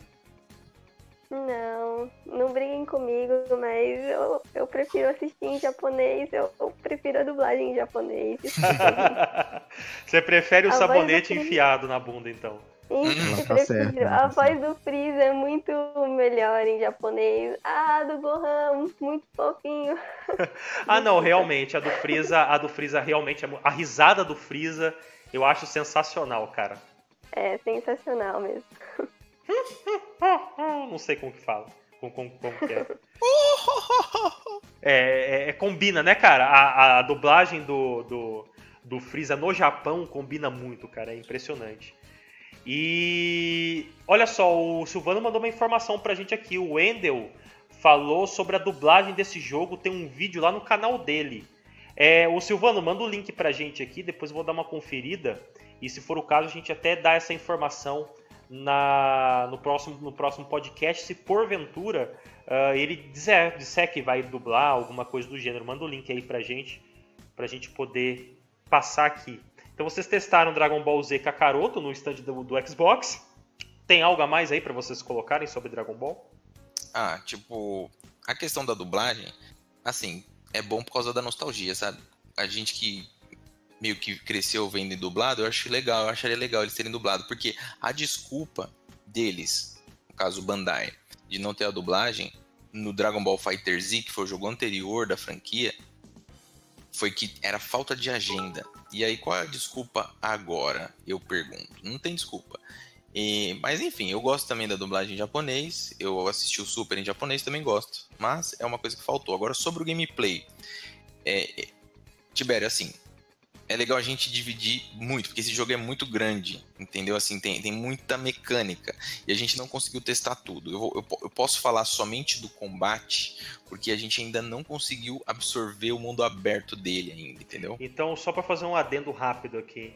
Não, não briguem comigo, mas eu, eu prefiro assistir em japonês, eu, eu prefiro a dublagem em japonês. Você prefere o A sabonete voz do enfiado na bunda, então? Sim, eu Tá prefiro. certo, A tá voz certo. do Freeza é muito melhor em japonês. Ah, do Gohan, muito fofinho. Ah, não, realmente, a do Freeza, a do Freeza realmente, é mu- a risada do Freeza eu acho sensacional, cara. É sensacional mesmo. Não sei como que fala, como, como, como que é. É, é- é- combina, né, cara? A, a dublagem do, do, do Freeza no Japão combina muito, cara, é impressionante. E olha só, o Silvano mandou uma informação pra gente aqui. O Wendel falou sobre a dublagem desse jogo, tem um vídeo lá no canal dele. É, o Silvano, manda o link pra gente aqui, depois eu vou dar uma conferida. E se for o caso, a gente até dá essa informação na, no, próximo, no próximo podcast. Se porventura uh, ele disser, disser que vai dublar alguma coisa do gênero, manda o link aí pra gente, pra gente poder passar aqui. Então vocês testaram Dragon Ball Z Kakaroto no stand do, do Xbox. Tem algo a mais aí pra vocês colocarem sobre Dragon Ball? Ah, tipo, a questão da dublagem, assim, é bom por causa da nostalgia, sabe? A gente que meio que cresceu vendo dublado, eu acho legal, eu acharia legal eles terem dublado, porque a desculpa deles, no caso Bandai, de não ter a dublagem, no Dragon Ball Fighter Z, que foi o jogo anterior da franquia, foi que era falta de agenda. E aí, qual é a desculpa agora? Eu pergunto. Não tem desculpa. E, mas enfim, eu gosto também da dublagem em japonês. Eu assisti o Super em japonês, também gosto. Mas é uma coisa que faltou. Agora, sobre o gameplay. É, é, Tibério, assim, é legal a gente dividir muito, porque esse jogo é muito grande, entendeu? Assim, tem, tem muita mecânica, e a gente não conseguiu testar tudo. Eu, eu, eu posso falar somente do combate, porque a gente ainda não conseguiu absorver o mundo aberto dele ainda, entendeu? Então, só para fazer um adendo rápido aqui,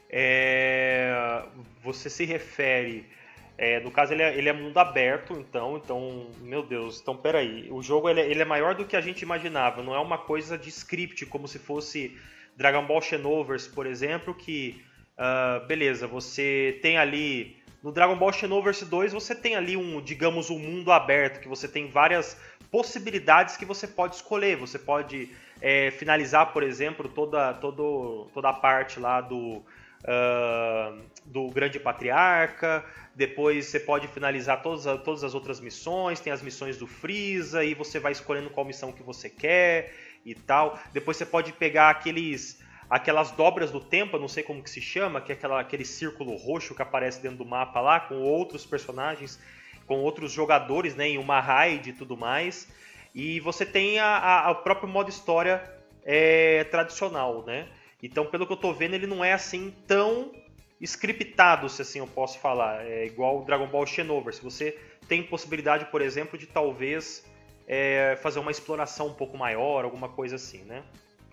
é... você se refere... É, no caso, ele é, ele é mundo aberto, então, então, meu Deus, então peraí, o jogo ele, ele é maior do que a gente imaginava, não é uma coisa de script, como se fosse Dragon Ball Xenoverse, por exemplo, que, uh, beleza, você tem ali, no Dragon Ball Xenoverse dois, você tem ali um, digamos, um mundo aberto, que você tem várias possibilidades que você pode escolher, você pode é, finalizar, por exemplo, toda, todo, toda a parte lá do... Uh, do Grande Patriarca, depois você pode finalizar todas, a, todas as outras missões, tem as missões do Freeza, e você vai escolhendo qual missão que você quer e tal. Depois você pode pegar aqueles, aquelas dobras do tempo, eu não sei como que se chama, que é aquela, aquele círculo roxo que aparece dentro do mapa lá, com outros personagens, com outros jogadores, né, em uma raid e tudo mais. E você tem a, a, a próprio modo história é, tradicional, né? Então, pelo que eu tô vendo, ele não é assim tão scriptado, se assim eu posso falar. É igual o Dragon Ball Xenoverse. Você tem possibilidade, por exemplo, de talvez é, fazer uma exploração um pouco maior, alguma coisa assim, né?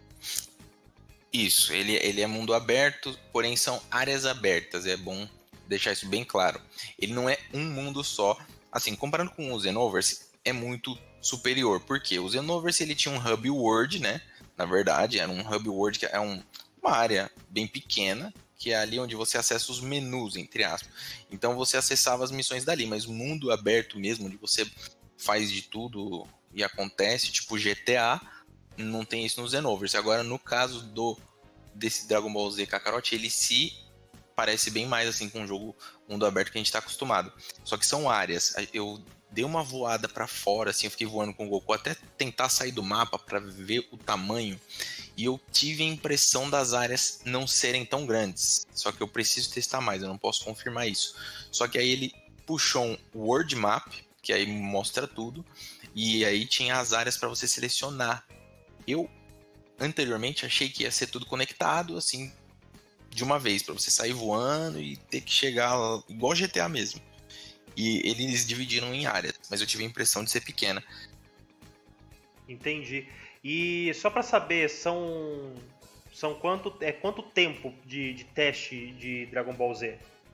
Isso, ele, ele é mundo aberto, porém são áreas abertas. É bom deixar isso bem claro. Ele não é um mundo só. Assim, comparando com o Xenoverse, é muito superior. Por quê? O Xenoverse ele tinha um hub world, né? Na verdade, era um hub world que é um, uma área bem pequena, que é ali onde você acessa os menus, entre aspas. Então você acessava as missões dali, mas o mundo aberto mesmo, onde você faz de tudo e acontece, tipo G T A, não tem isso no Xenoverse. Agora, no caso do desse Dragon Ball Z Kakarot, ele se parece bem mais assim com o jogo mundo aberto que a gente está acostumado. Só que são áreas. Eu dei uma voada para fora, assim, eu fiquei voando com o Goku até tentar sair do mapa para ver o tamanho. E eu tive a impressão das áreas não serem tão grandes. Só que eu preciso testar mais, eu não posso confirmar isso. Só que aí ele puxou um World Map, que aí mostra tudo. E aí tinha as áreas para você selecionar. Eu, anteriormente, achei que ia ser tudo conectado, assim, de uma vez. Para você sair voando e ter que chegar lá, igual G T A mesmo. E eles dividiram em áreas, mas eu tive a impressão de ser pequena. Entendi. E só para saber, são são quanto é quanto tempo de, de teste de Dragon Ball Z?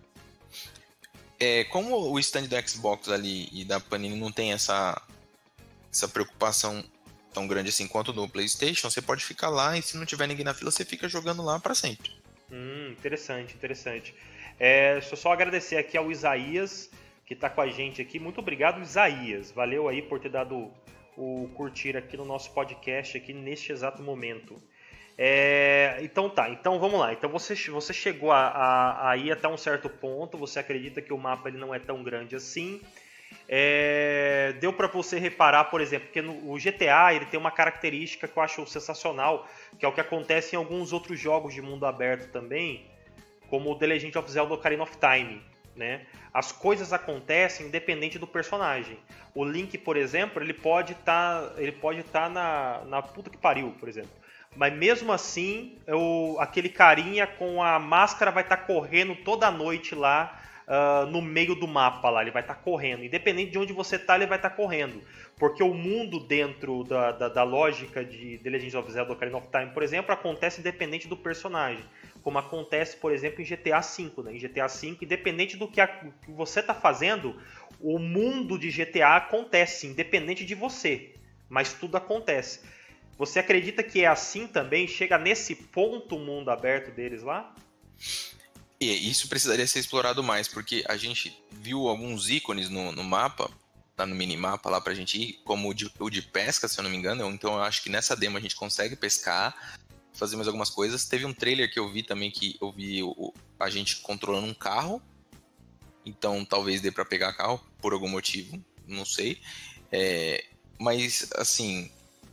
É, como o stand do Xbox ali e da Panini não tem essa essa preocupação tão grande assim quanto no PlayStation, você pode ficar lá e se não tiver ninguém na fila, você fica jogando lá para sempre. Hum, interessante, interessante. É, deixa eu só agradecer aqui ao Isaías, que está com a gente aqui. Muito obrigado, Isaías. Valeu aí por ter dado o curtir aqui no nosso podcast aqui neste exato momento. É, então tá, então vamos lá. Então você, você chegou a, a, a ir até um certo ponto, você acredita que o mapa ele não é tão grande assim. É, deu para você reparar, por exemplo, que no, o G T A ele tem uma característica que eu acho sensacional, que é o que acontece em alguns outros jogos de mundo aberto também, como o The Legend of Zelda Ocarina of Time, né? As coisas acontecem independente do personagem. O Link, por exemplo, ele pode estar, ele pode estar na, na puta que pariu, por exemplo. Mas mesmo assim, eu, aquele carinha com a máscara vai estar correndo toda noite lá uh, no meio do mapa lá. Ele vai estar correndo. Independente de onde você está, ele vai estar correndo. Porque o mundo dentro da, da, da lógica de The Legend of Zelda Ocarina of Time, por exemplo, acontece independente do personagem. Como acontece, por exemplo, em G T A cinco. Né? Em G T A cinco, independente do que, a, que você está fazendo, o mundo de G T A acontece, independente de você. Mas tudo acontece. Você acredita que é assim também? Chega nesse ponto o mundo aberto deles lá? E isso precisaria ser explorado mais, porque a gente viu alguns ícones no, no mapa lá no minimapa lá pra gente ir, como o de, o de pesca, se eu não me engano. Então eu acho que nessa demo a gente consegue pescar, fazer mais algumas coisas. Teve um trailer que eu vi também, que eu vi o, a gente controlando um carro. Então talvez dê pra pegar carro, por algum motivo, não sei. É, mas, assim,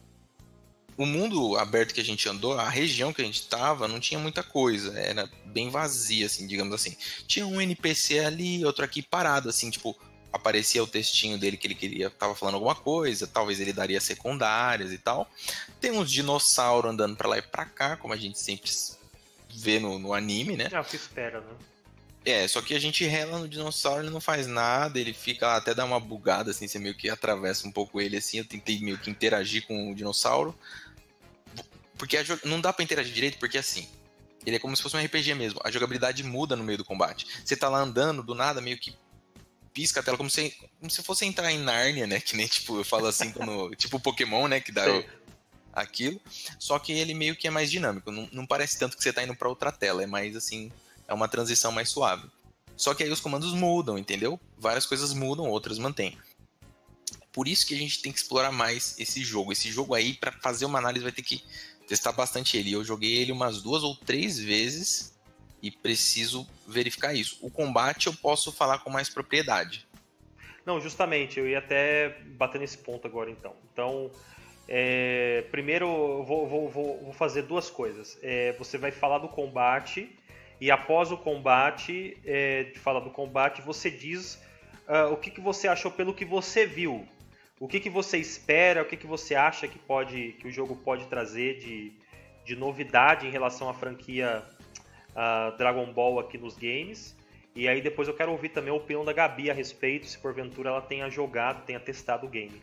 o mundo aberto que a gente andou, a região que a gente tava, não tinha muita coisa. Era bem vazia, assim, digamos assim. Tinha um N P C ali, outro aqui parado, assim, tipo, aparecia o textinho dele que ele queria, tava falando alguma coisa, talvez ele daria secundárias e tal. Tem uns dinossauros andando pra lá e pra cá, como a gente sempre vê no, no anime, né? É o que espera, né? É, só que a gente rela no dinossauro, ele não faz nada, ele fica lá, até dá uma bugada, assim, você meio que atravessa um pouco ele, assim, eu tentei meio que interagir com o dinossauro, porque a jo- não dá pra interagir direito, porque assim, ele é como se fosse um R P G mesmo, a jogabilidade muda no meio do combate, você tá lá andando, do nada, meio que pisca a tela, como se, como se fosse entrar em Nárnia, né, que nem, tipo, eu falo assim, quando, tipo Pokémon, né, que dá o, aquilo, só que ele meio que é mais dinâmico, não, não parece tanto que você tá indo pra outra tela, é mais assim... É uma transição mais suave. Só que aí os comandos mudam, entendeu? Várias coisas mudam, outras mantêm. Por isso que a gente tem que explorar mais esse jogo. Esse jogo aí, pra fazer uma análise, vai ter que testar bastante ele. Eu joguei ele umas duas ou três vezes e preciso verificar isso. O combate eu posso falar com mais propriedade. Não, justamente, eu ia até bater nesse ponto agora, então. Então, é, primeiro eu vou, vou, vou, vou fazer duas coisas. É, você vai falar do combate... E após o combate, é, de falar do combate, você diz uh, o que, que você achou pelo que você viu. O que, que você espera, o que, que você acha que, pode, que o jogo pode trazer de, de novidade em relação à franquia uh, Dragon Ball aqui nos games. E aí depois eu quero ouvir também a opinião da Gabi a respeito, se porventura ela tenha jogado, tenha testado o game.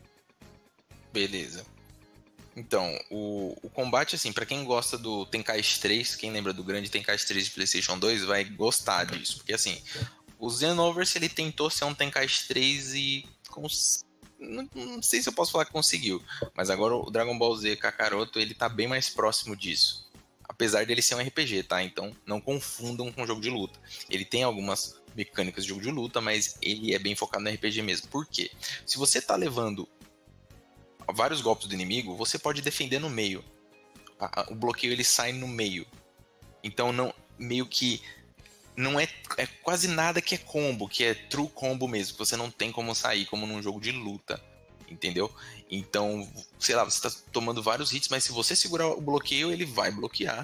Beleza. Então, o, o combate, assim, pra quem gosta do Tenkaichi três, quem lembra do grande Tenkaichi três de PlayStation dois, vai gostar disso. Porque, assim, o Xenoverse, ele tentou ser um Tenkaichi três e... Cons... Não, não sei se eu posso falar que conseguiu, mas agora o Dragon Ball Z Kakaroto, ele tá bem mais próximo disso. Apesar dele ser um R P G, tá? Então, não confundam com jogo de luta. Ele tem algumas mecânicas de jogo de luta, mas ele é bem focado no R P G mesmo. Por quê? Se você tá levando vários golpes do inimigo, você pode defender no meio. O bloqueio ele sai no meio. Então não, meio que não é, é quase nada que é combo, que é true combo mesmo, que você não tem como sair, como num jogo de luta, entendeu? Então, sei lá, você tá tomando vários hits, mas se você segurar o bloqueio, ele vai bloquear.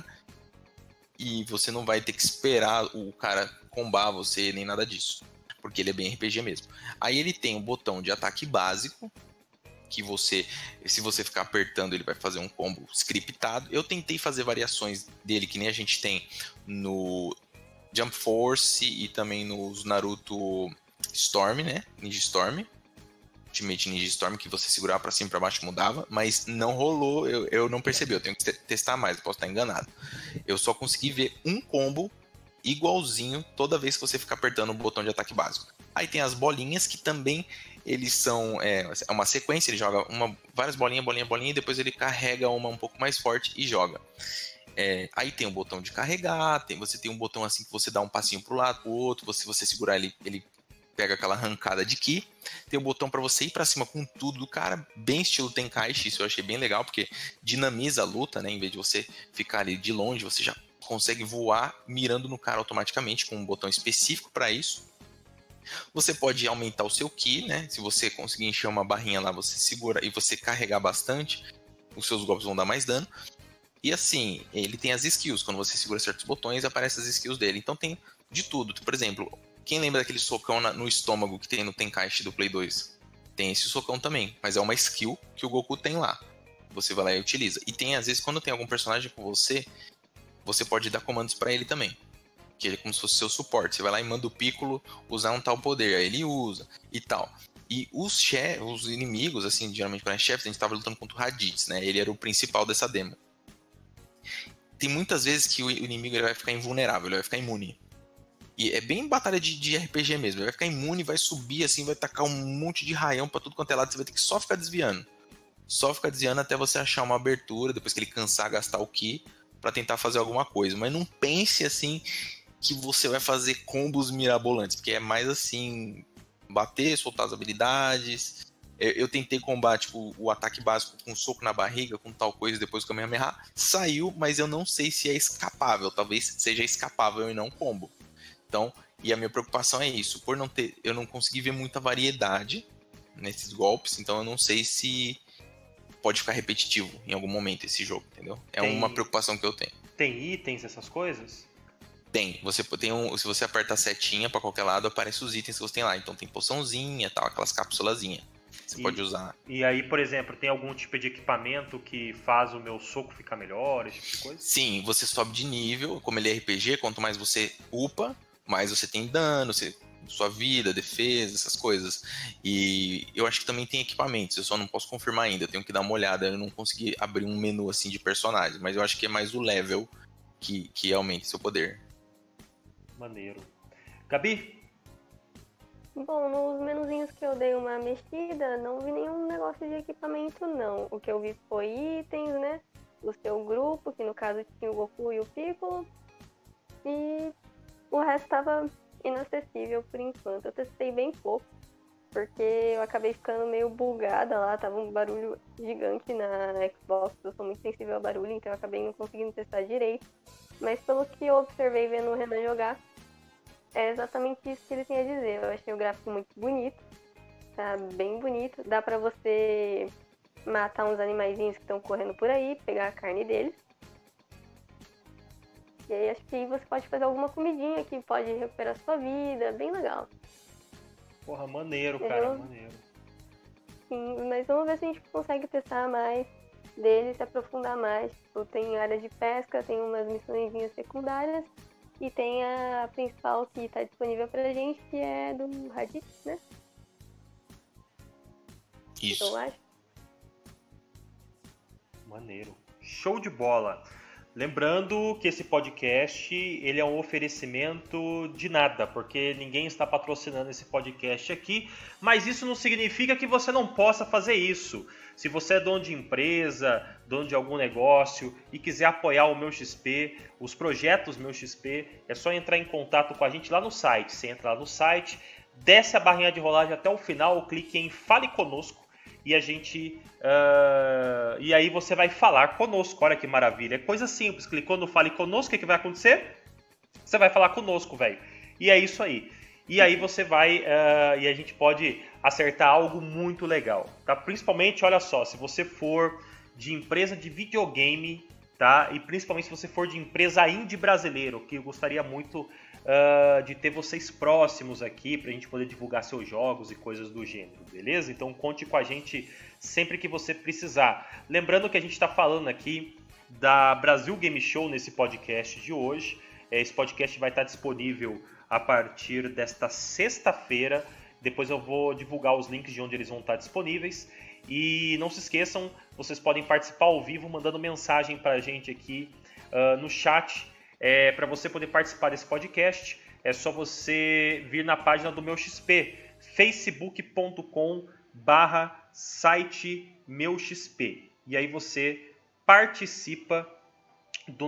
E você não vai ter que esperar o cara combar você, nem nada disso. Porque ele é bem R P G mesmo. Aí ele tem um botão de ataque básico, que você, se você ficar apertando, ele vai fazer um combo scriptado. Eu tentei fazer variações dele, que nem a gente tem no Jump Force e também nos Naruto Storm, né? Ninja Storm. Ultimate Ninja Storm, que você segurava pra cima e pra baixo mudava, mas não rolou, eu, eu não percebi, eu tenho que testar mais, eu posso estar enganado. Eu só consegui ver um combo igualzinho toda vez que você ficar apertando o botão de ataque básico. Aí tem as bolinhas, que também eles são é, é uma sequência, ele joga uma, várias bolinhas, bolinha, bolinha, e depois ele carrega uma um pouco mais forte e joga. É, aí tem o botão de carregar, tem, você tem um botão assim que você dá um passinho pro lado, pro outro, você, você segurar ele, ele pega aquela arrancada de ki. Tem o botão para você ir para cima com tudo do cara, bem estilo Tenkaichi, isso eu achei bem legal, porque dinamiza a luta, né? Em vez de você ficar ali de longe, você já consegue voar mirando no cara automaticamente com um botão específico para isso. Você pode aumentar o seu ki, né? Se você conseguir encher uma barrinha lá, você segura e você carregar bastante, os seus golpes vão dar mais dano. E assim, ele tem as skills, quando você segura certos botões, aparecem as skills dele. Então tem de tudo. Por exemplo, quem lembra daquele socão na, no estômago que tem no Tenkaichi do Play dois? Tem esse socão também, mas é uma skill que o Goku tem lá. Você vai lá e utiliza. E tem, às vezes, quando tem algum personagem com você, você pode dar comandos pra ele também. Que ele é como se fosse seu suporte. Você vai lá e manda o Piccolo usar um tal poder, aí ele usa e tal. E os chefes, os inimigos, assim, geralmente para chefes, a gente tava lutando contra o Raditz, né? Ele era o principal dessa demo. Tem muitas vezes que o inimigo ele vai ficar invulnerável, ele vai ficar imune. E é bem batalha de, de R P G mesmo. Ele vai ficar imune, vai subir assim, vai tacar um monte de raião pra tudo quanto é lado. Você vai ter que só ficar desviando. Só ficar desviando até você achar uma abertura, depois que ele cansar, gastar o ki, pra tentar fazer alguma coisa. Mas não pense assim que você vai fazer combos mirabolantes, porque é mais assim, bater, soltar as habilidades. Eu, eu tentei combar, tipo, o ataque básico com um soco na barriga, com tal coisa, depois que eu me amerrar. Saiu, mas eu não sei se é escapável. Talvez seja escapável e não combo. Então, e a minha preocupação é isso. Por não ter, eu não consegui ver muita variedade nesses golpes, então eu não sei se pode ficar repetitivo em algum momento esse jogo, entendeu? É Tem- uma preocupação que eu tenho. Tem itens, essas coisas? Tem, você tem um, se você aperta a setinha pra qualquer lado, aparece os itens que você tem lá. Então tem poçãozinha, tal, aquelas cápsulazinhas. Você E- pode usar. E aí, por exemplo, tem algum tipo de equipamento que faz o meu soco ficar melhor, esse tipo de coisa? Sim, você sobe de nível, como ele é R P G, quanto mais você upa, mais você tem dano, você, sua vida, defesa, essas coisas. E eu acho que também tem equipamentos, eu só não posso confirmar ainda, eu tenho que dar uma olhada, eu não consegui abrir um menu assim de personagens, mas eu acho que é mais o level que, que aumenta seu poder. Maneiro. Gabi? Bom, nos menuzinhos que eu dei uma mexida, não vi nenhum negócio de equipamento, não. O que eu vi foi itens, né? Do seu grupo, que no caso tinha o Goku e o Piccolo. E o resto tava inacessível por enquanto. Eu testei bem pouco, porque eu acabei ficando meio bugada lá. Tava um barulho gigante na Xbox. Eu sou muito sensível ao barulho, então eu acabei não conseguindo testar direito. Mas pelo que eu observei vendo o Renan jogar, é exatamente isso que ele tinha a dizer. Eu achei o gráfico muito bonito, tá bem bonito. Dá pra você matar uns animaizinhos que estão correndo por aí, pegar a carne deles. E aí acho que você pode fazer alguma comidinha que pode recuperar sua vida, bem legal. Porra, maneiro, cara, Eu- maneiro. Sim, mas vamos ver se a gente consegue testar mais dele, se aprofundar mais. Tipo, tem área de pesca, tem umas missõezinhas secundárias. E tem a principal que está disponível pra gente, que é do Raditz, né? Isso. Eu acho. Maneiro. Show de bola. Lembrando que esse podcast ele é um oferecimento de nada, porque ninguém está patrocinando esse podcast aqui, mas isso não significa que você não possa fazer isso. Se você é dono de empresa, dono de algum negócio e quiser apoiar o Meu X P, os projetos Meu X P, é só entrar em contato com a gente lá no site. Você entra lá no site, desce a barrinha de rolagem até o final, clique em Fale Conosco e a gente... Uh, e aí você vai falar conosco. Olha que maravilha. É coisa simples. Clicou no Fale Conosco, o que, que vai acontecer? Você vai falar conosco, velho. E é isso aí. E aí você vai... Uh, e a gente pode acertar algo muito legal. Tá? Principalmente, olha só, se você for de empresa de videogame, tá? E principalmente se você for de empresa indie brasileiro, que eu gostaria muito uh, de ter vocês próximos aqui pra gente poder divulgar seus jogos e coisas do gênero, beleza? Então conte com a gente sempre que você precisar. Lembrando que a gente está falando aqui da Brasil Game Show nesse podcast de hoje. Esse podcast vai estar disponível a partir desta sexta-feira. Depois eu vou divulgar os links de onde eles vão estar disponíveis. E não se esqueçam, vocês podem participar ao vivo mandando mensagem para a gente aqui uh, no chat. É, para você poder participar desse podcast, é só você vir na página do Meu X P, facebook ponto com barra site Meu X P. E aí você participa do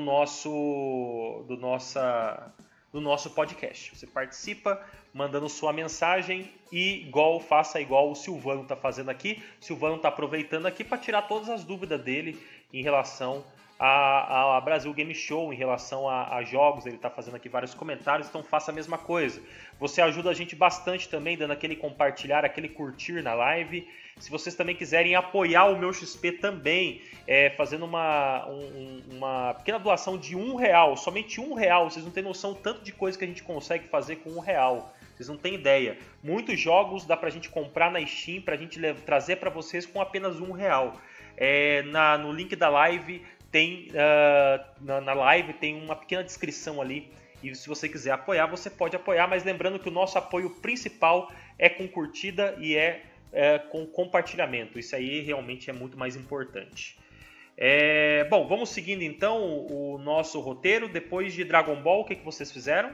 nosso, do nossa, do nosso podcast. Você participa mandando sua mensagem e igual, faça igual o Silvano está fazendo aqui. O Silvano está aproveitando aqui para tirar todas as dúvidas dele em relação a, a Brasil Game Show, em relação a, a jogos. Ele está fazendo aqui vários comentários, então faça a mesma coisa. Você ajuda a gente bastante também, dando aquele compartilhar, aquele curtir na live. Se vocês também quiserem apoiar o Meu X P também, é, fazendo uma, um, uma pequena doação de um real, somente um real, vocês não têm noção tanto de coisa que a gente consegue fazer com um real. Vocês não têm ideia. Muitos jogos dá pra gente comprar na Steam, pra gente trazer pra vocês com apenas um real. É, na, no link da live tem uh, na, na live tem uma pequena descrição ali. E se você quiser apoiar, você pode apoiar. Mas lembrando que o nosso apoio principal é com curtida e é, é com compartilhamento. Isso aí realmente é muito mais importante. É, bom, vamos seguindo então o nosso roteiro. Depois de Dragon Ball, o que, que vocês fizeram?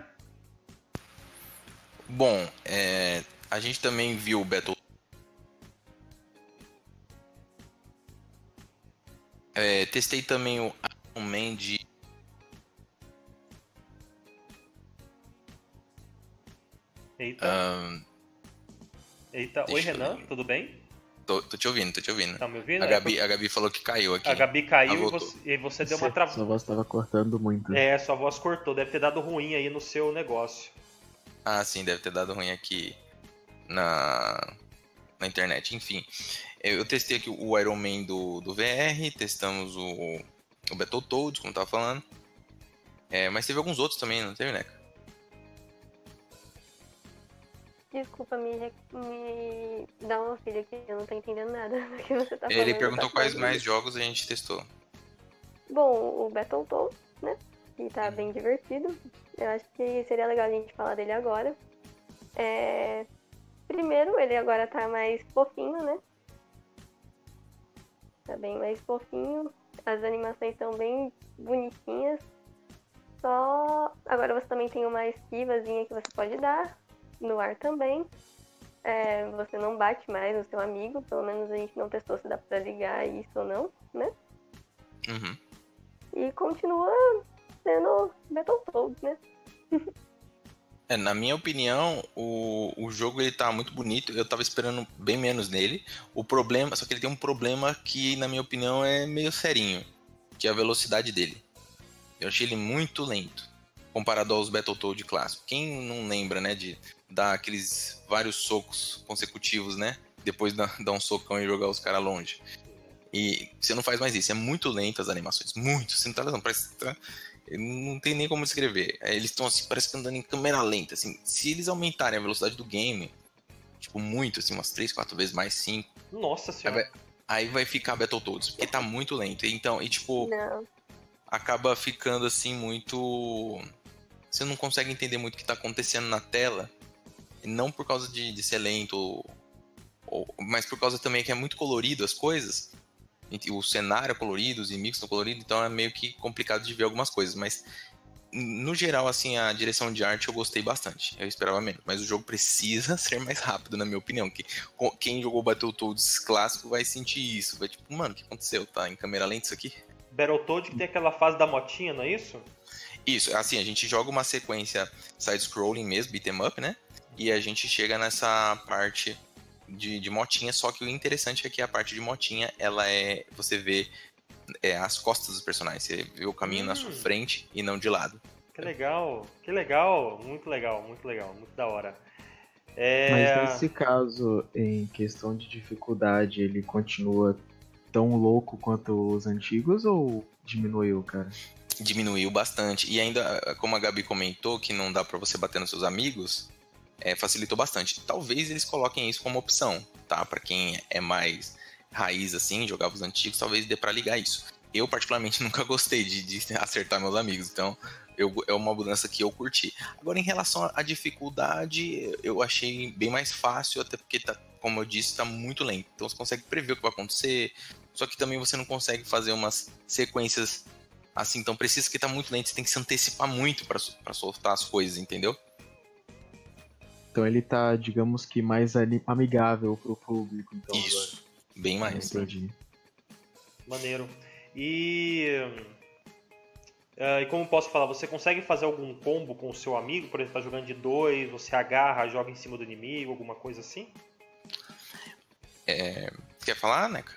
Bom, é, a gente também viu o Battle... É, testei também o Iron Man de... Eita. Um, Eita, oi Deixa eu Renan, ver. tudo bem? Tô, tô te ouvindo, tô te ouvindo. Tá me ouvindo? A É Gabi, porque a Gabi falou que caiu aqui. a Gabi Ah, caiu e voltou. você, e você deu uma Sua travada. voz tava cortando muito. É, sua voz cortou, deve ter dado ruim aí no seu negócio. Ah, sim, deve ter dado ruim aqui na, na internet. Enfim, eu, eu testei aqui o Iron Man do, do V R, testamos o, o Battletoads, como eu tava falando. É, mas teve alguns outros também, não teve, né? Desculpa, me, re- me dá uma filha aqui, eu não tô entendendo nada do que você tá falando. Ele tá perguntou quais falando. mais jogos a gente testou. Bom, o Battletoads, né? Que tá bem divertido. Eu acho que seria legal a gente falar dele agora. É... Primeiro, ele agora tá mais fofinho, né? Tá bem mais fofinho. As animações estão bem bonitinhas. Só... Agora você também tem uma esquivazinha que você pode dar. No ar também. É, você não bate mais no seu amigo. Pelo menos a gente não testou se dá pra ligar isso ou não, né? Uhum. E continua sendo Battletoads, né? É, na minha opinião, o, o jogo ele tá muito bonito. Eu tava esperando bem menos nele. O problema, só que ele tem um problema que, na minha opinião, é meio serinho, que é a velocidade dele. Eu achei ele muito lento, comparado aos Battletoads clássicos. Quem não lembra, né, de dar aqueles vários socos consecutivos, né? Depois dar, dar um socão e jogar os caras longe. E você não faz mais isso. É muito lento as animações. Muito. Você não tá vendo, parece que tá... Não tem nem como descrever. Eles estão assim, parece que andando em câmera lenta, assim. Se eles aumentarem a velocidade do game, tipo, muito, assim, umas três, quatro vezes mais, cinco, Nossa aí senhora. vai, aí vai ficar Battletoads, porque tá muito lento. Então, e tipo, Não. acaba ficando assim, muito... Você não consegue entender muito o que tá acontecendo na tela, não por causa de, de ser lento, ou, ou, mas por causa também que é muito colorido as coisas. O cenário é colorido, os inimigos são coloridos, então é meio que complicado de ver algumas coisas, mas no geral, assim, a direção de arte eu gostei bastante, eu esperava menos, mas o jogo precisa ser mais rápido, na minha opinião, que quem jogou Battletoads clássico vai sentir isso, vai tipo, mano, o que aconteceu? Tá em câmera lenta isso aqui? Battletoads que tem aquela fase da motinha, não é isso? Isso, assim, a gente joga uma sequência side-scrolling mesmo, beat 'em up, né, e a gente chega nessa parte... De, de motinha, só que o interessante é que a parte de motinha, ela é, você vê é, as costas dos personagens, você vê o caminho hum. na sua frente e não de lado. Que legal, que legal, muito legal, muito legal, muito da hora. É... Mas nesse caso, em questão de dificuldade, ele continua tão louco quanto os antigos ou diminuiu, cara? Diminuiu bastante, e ainda, como a Gabi comentou, que não dá pra você bater nos seus amigos, É, facilitou bastante. Talvez eles coloquem isso como opção, tá? Pra quem é mais raiz, assim, jogava os antigos, talvez dê pra ligar isso. Eu, particularmente, nunca gostei de, de acertar meus amigos, então eu, é uma mudança que eu curti. Agora, em relação à dificuldade, eu achei bem mais fácil, até porque, tá, como eu disse, tá muito lento. Então você consegue prever o que vai acontecer, só que também você não consegue fazer umas sequências assim tão precisas, porque tá muito lento, você tem que se antecipar muito pra, pra soltar as coisas, entendeu? Então ele tá, digamos que, mais amigável pro público, então. Isso, agora. bem mais. Entendi. Maneiro. E... Uh, e como posso falar, você consegue fazer algum combo com o seu amigo? Por exemplo, tá jogando de dois, você agarra, joga em cima do inimigo, alguma coisa assim? É... Quer falar, Neca?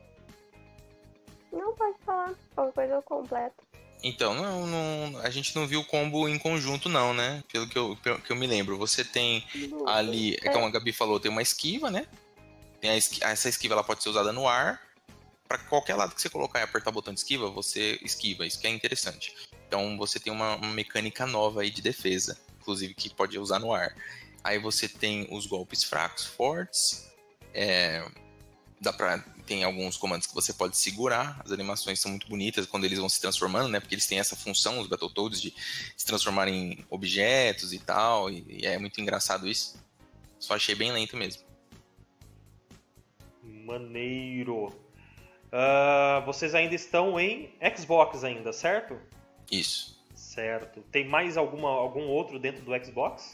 Não, pode falar. Qualquer coisa eu completo. Então, não, não, a gente não viu o combo em conjunto, não, né? Pelo que eu, pelo que eu me lembro. Você tem ali, é como a Gabi falou, tem uma esquiva, né? Tem a esqui, essa esquiva ela pode ser usada no ar. Para qualquer lado que você colocar e apertar o botão de esquiva, você esquiva. Isso que é interessante. Então, você tem uma, uma mecânica nova aí de defesa, inclusive que pode usar no ar. Aí você tem os golpes fracos, fortes. É, dá pra... Tem alguns comandos que você pode segurar, as animações são muito bonitas quando eles vão se transformando, né? Porque eles têm essa função, os Battletoads, de se transformar em objetos e tal, e, e é muito engraçado isso. Só achei bem lento mesmo. Maneiro. Uh, vocês ainda estão em Xbox ainda, certo? Isso. Certo. Tem mais alguma, algum outro dentro do Xbox?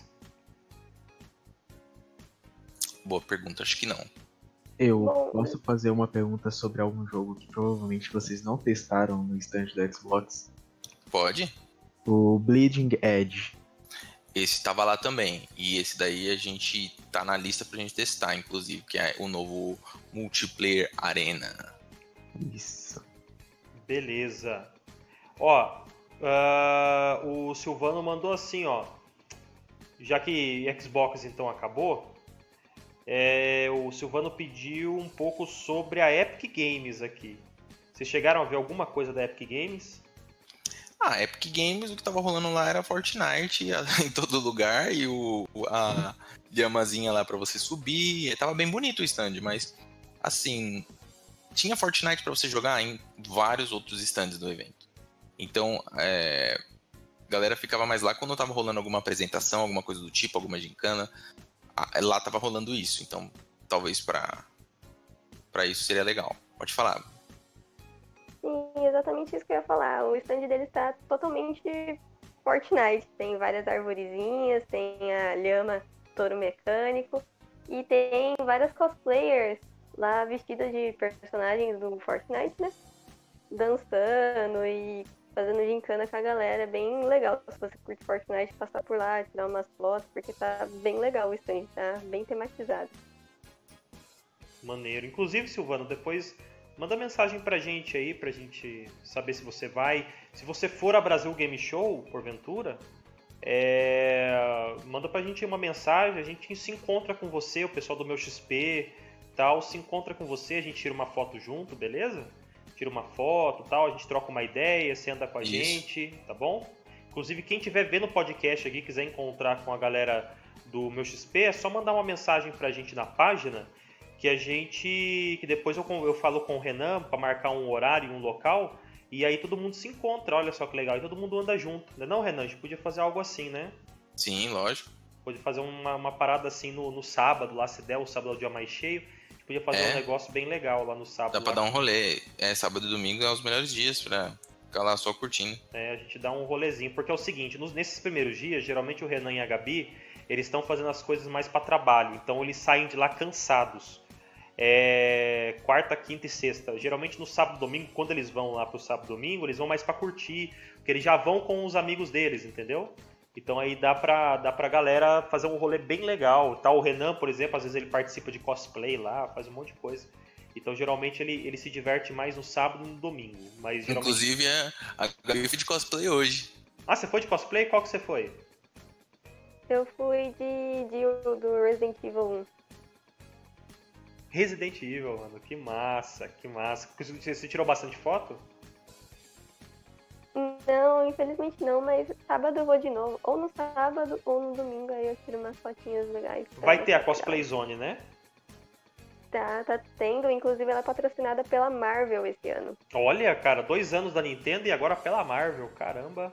Boa pergunta, acho que não. Eu Bom, posso fazer uma pergunta sobre algum jogo que provavelmente vocês não testaram no stand do Xbox? Pode? O Bleeding Edge. esse tava lá também. E esse daí a gente tá na lista pra gente testar, inclusive, que é o novo Multiplayer Arena. Isso. Beleza. Ó, uh, o Silvano mandou assim, ó. Já que Xbox então acabou, é, o Silvano pediu um pouco sobre a Epic Games aqui. Vocês chegaram a ver alguma coisa da Epic Games? Ah, Epic Games, o que tava rolando lá era Fortnite em todo lugar e o, a lhamazinha lá pra você subir. Tava bem bonito o stand, mas assim, tinha Fortnite pra você jogar em vários outros stands do evento. Então, é, a galera ficava mais lá quando tava rolando alguma apresentação, alguma coisa do tipo, alguma gincana. Lá tava rolando isso, então talvez pra, pra isso seria legal. Pode falar. Sim, exatamente isso que eu ia falar. O stand dele está totalmente Fortnite. Tem várias arvorezinhas, tem a lhama touro mecânico e tem várias cosplayers lá vestidas de personagens do Fortnite, né? Dançando e fazendo gincana com a galera. É bem legal se você curte Fortnite, passar por lá, tirar umas fotos, porque tá bem legal o stand, tá bem tematizado. Maneiro. Inclusive, Silvano, depois manda mensagem pra gente aí, pra gente saber se você vai. Se você for a Brasil Game Show, porventura, é... manda pra gente uma mensagem, a gente se encontra com você, o pessoal do meu X P tal, se encontra com você, a gente tira uma foto junto, beleza? Tira uma foto tal, a gente troca uma ideia, você anda com a Isso. gente, tá bom? Inclusive, quem estiver vendo o podcast aqui, quiser encontrar com a galera do meu X P, é só mandar uma mensagem pra gente na página, que a gente, que depois eu, eu falo com o Renan para marcar um horário e um local, e aí todo mundo se encontra, olha só que legal, e todo mundo anda junto, não é não, Renan? A gente podia fazer algo assim, né? Sim, lógico. Pode fazer uma, uma parada assim no, no sábado, lá se der, o sábado é o dia mais cheio, a gente podia fazer é. um negócio bem legal lá no sábado. Dá pra lá. dar um rolê, é, sábado e domingo é os melhores dias pra ficar lá só curtindo. É, a gente dá um rolezinho, porque é o seguinte, nos, nesses primeiros dias, geralmente o Renan e a Gabi, eles estão fazendo as coisas mais para trabalho, então eles saem de lá cansados. É, quarta, quinta e sexta. Geralmente no sábado e domingo, quando eles vão lá pro sábado e domingo, eles vão mais pra curtir, porque eles já vão com os amigos deles, entendeu? Então aí dá pra, dá pra galera fazer um rolê bem legal. Tá, o Renan, por exemplo, às vezes ele participa de cosplay lá, faz um monte de coisa. Então geralmente ele, ele se diverte mais no sábado e no domingo. Mas, geralmente... Inclusive a Gabi foi de cosplay hoje. Ah, você foi de cosplay? Qual que você foi? Eu fui de, de do Resident Evil um. Resident Evil, mano, que massa, que massa. Você tirou bastante foto? Não, infelizmente não, mas sábado eu vou de novo. Ou no sábado ou no domingo, aí eu tiro umas fotinhas legais. Vai ter a Cosplay Zone, né? Tá, tá tendo. Inclusive ela é patrocinada pela Marvel esse ano. Olha, cara, dois anos da Nintendo e agora pela Marvel, caramba.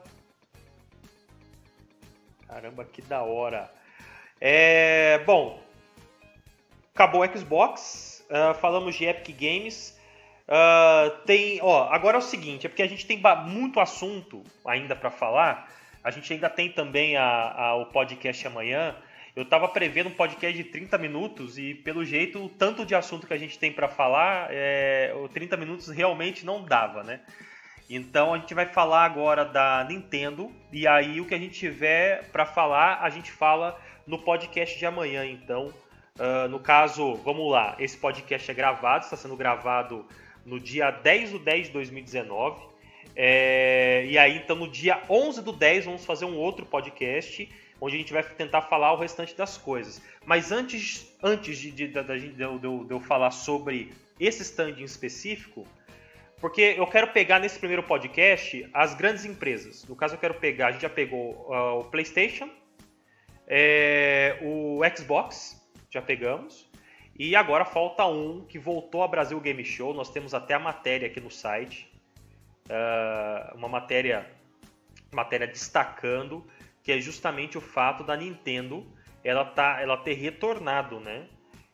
Caramba, que da hora. É, bom... Acabou o Xbox, uh, falamos de Epic Games. Uh, tem, ó, agora é o seguinte, é porque a gente tem muito assunto ainda para falar. A gente ainda tem também a, a, o podcast amanhã. Eu tava prevendo um podcast de trinta minutos e, pelo jeito, o tanto de assunto que a gente tem para falar, é, trinta minutos realmente não dava, né? Então a gente vai falar agora da Nintendo e aí o que a gente tiver para falar, a gente fala no podcast de amanhã, então. Uh, no caso, vamos lá, esse podcast é gravado, está sendo gravado no dia dez do dez de dois mil e dezenove. É, e aí, então, no dia onze do dez, vamos fazer um outro podcast, onde a gente vai tentar falar o restante das coisas. Mas antes, antes de, de, de, de, de, eu, de eu falar sobre esse stand em específico, porque eu quero pegar nesse primeiro podcast as grandes empresas. No caso, eu quero pegar, a gente já pegou uh, o PlayStation, é, o Xbox, já pegamos. E agora falta um que voltou a Brasil Game Show. Nós temos até a matéria aqui no site. Uh, uma matéria, matéria destacando que é justamente o fato da Nintendo ela, tá, ela ter retornado, né?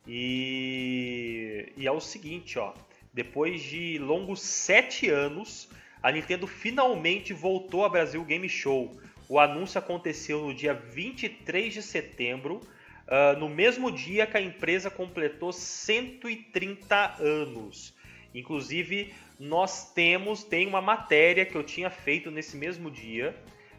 E, e é o seguinte, ó. Depois de longos sete anos, a Nintendo finalmente voltou a Brasil Game Show. O anúncio aconteceu no dia vinte e três de setembro. Uh, no mesmo dia que a empresa completou cento e trinta anos. Inclusive, nós temos, tem uma matéria que eu tinha feito nesse mesmo dia,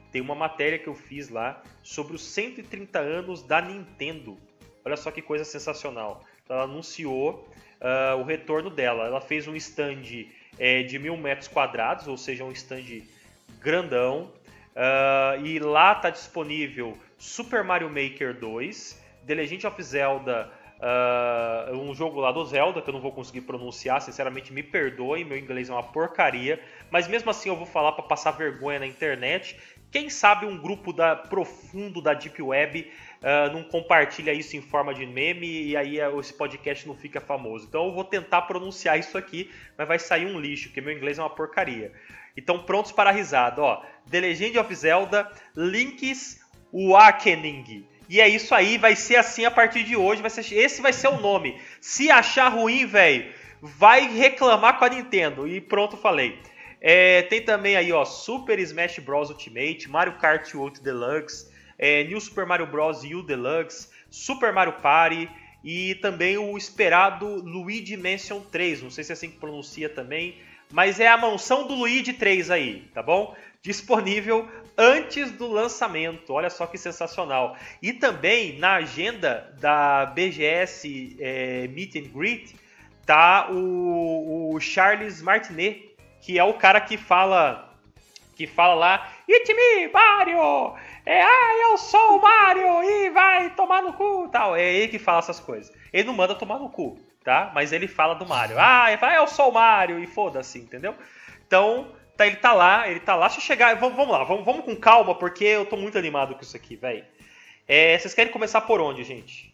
tem uma matéria que eu fiz lá sobre os cento e trinta anos da Nintendo. Olha só que coisa sensacional. Ela anunciou uh, o retorno dela. Ela fez um stand é, de mil metros quadrados, ou seja, um stand grandão. Uh, e lá está disponível Super Mario Maker dois, The Legend of Zelda, uh, um jogo lá do Zelda, que eu não vou conseguir pronunciar, sinceramente me perdoem, meu inglês é uma porcaria, mas mesmo assim eu vou falar para passar vergonha na internet. Quem sabe um grupo da, profundo da Deep Web uh, não compartilha isso em forma de meme e aí esse podcast não fica famoso. Então eu vou tentar pronunciar isso aqui, mas vai sair um lixo, porque meu inglês é uma porcaria. Então prontos para a risada, ó. The Legend of Zelda, Link's Awakening. E é isso aí, vai ser assim a partir de hoje, vai ser, esse vai ser o nome. Se achar ruim, velho, vai reclamar com a Nintendo. E pronto, falei. É, tem também aí, ó, Super Smash Bros. Ultimate, Mario Kart oito Deluxe, é, New Super Mario Bros. U Deluxe, Super Mario Party e também o esperado Luigi Mansion três. Não sei se é assim que pronuncia também, mas é a mansão do Luigi três aí, tá bom? Disponível antes do lançamento. Olha só que sensacional. E também na agenda da B G S é, Meet and Greet tá o, o Charles Martinet, que é o cara que fala que fala lá, It's me, Mario! É, ah, eu sou o Mario! E vai tomar no cu! Tal. É ele que fala essas coisas. Ele não manda tomar no cu, tá? Mas ele fala do Mario. Ah, ele fala, eu sou o Mario! E foda-se, entendeu? Então, tá, ele tá lá, ele tá lá. Deixa eu chegar, vamos, vamos lá, vamos, vamos com calma, porque eu tô muito animado com isso aqui, velho. É, vocês querem começar por onde, gente?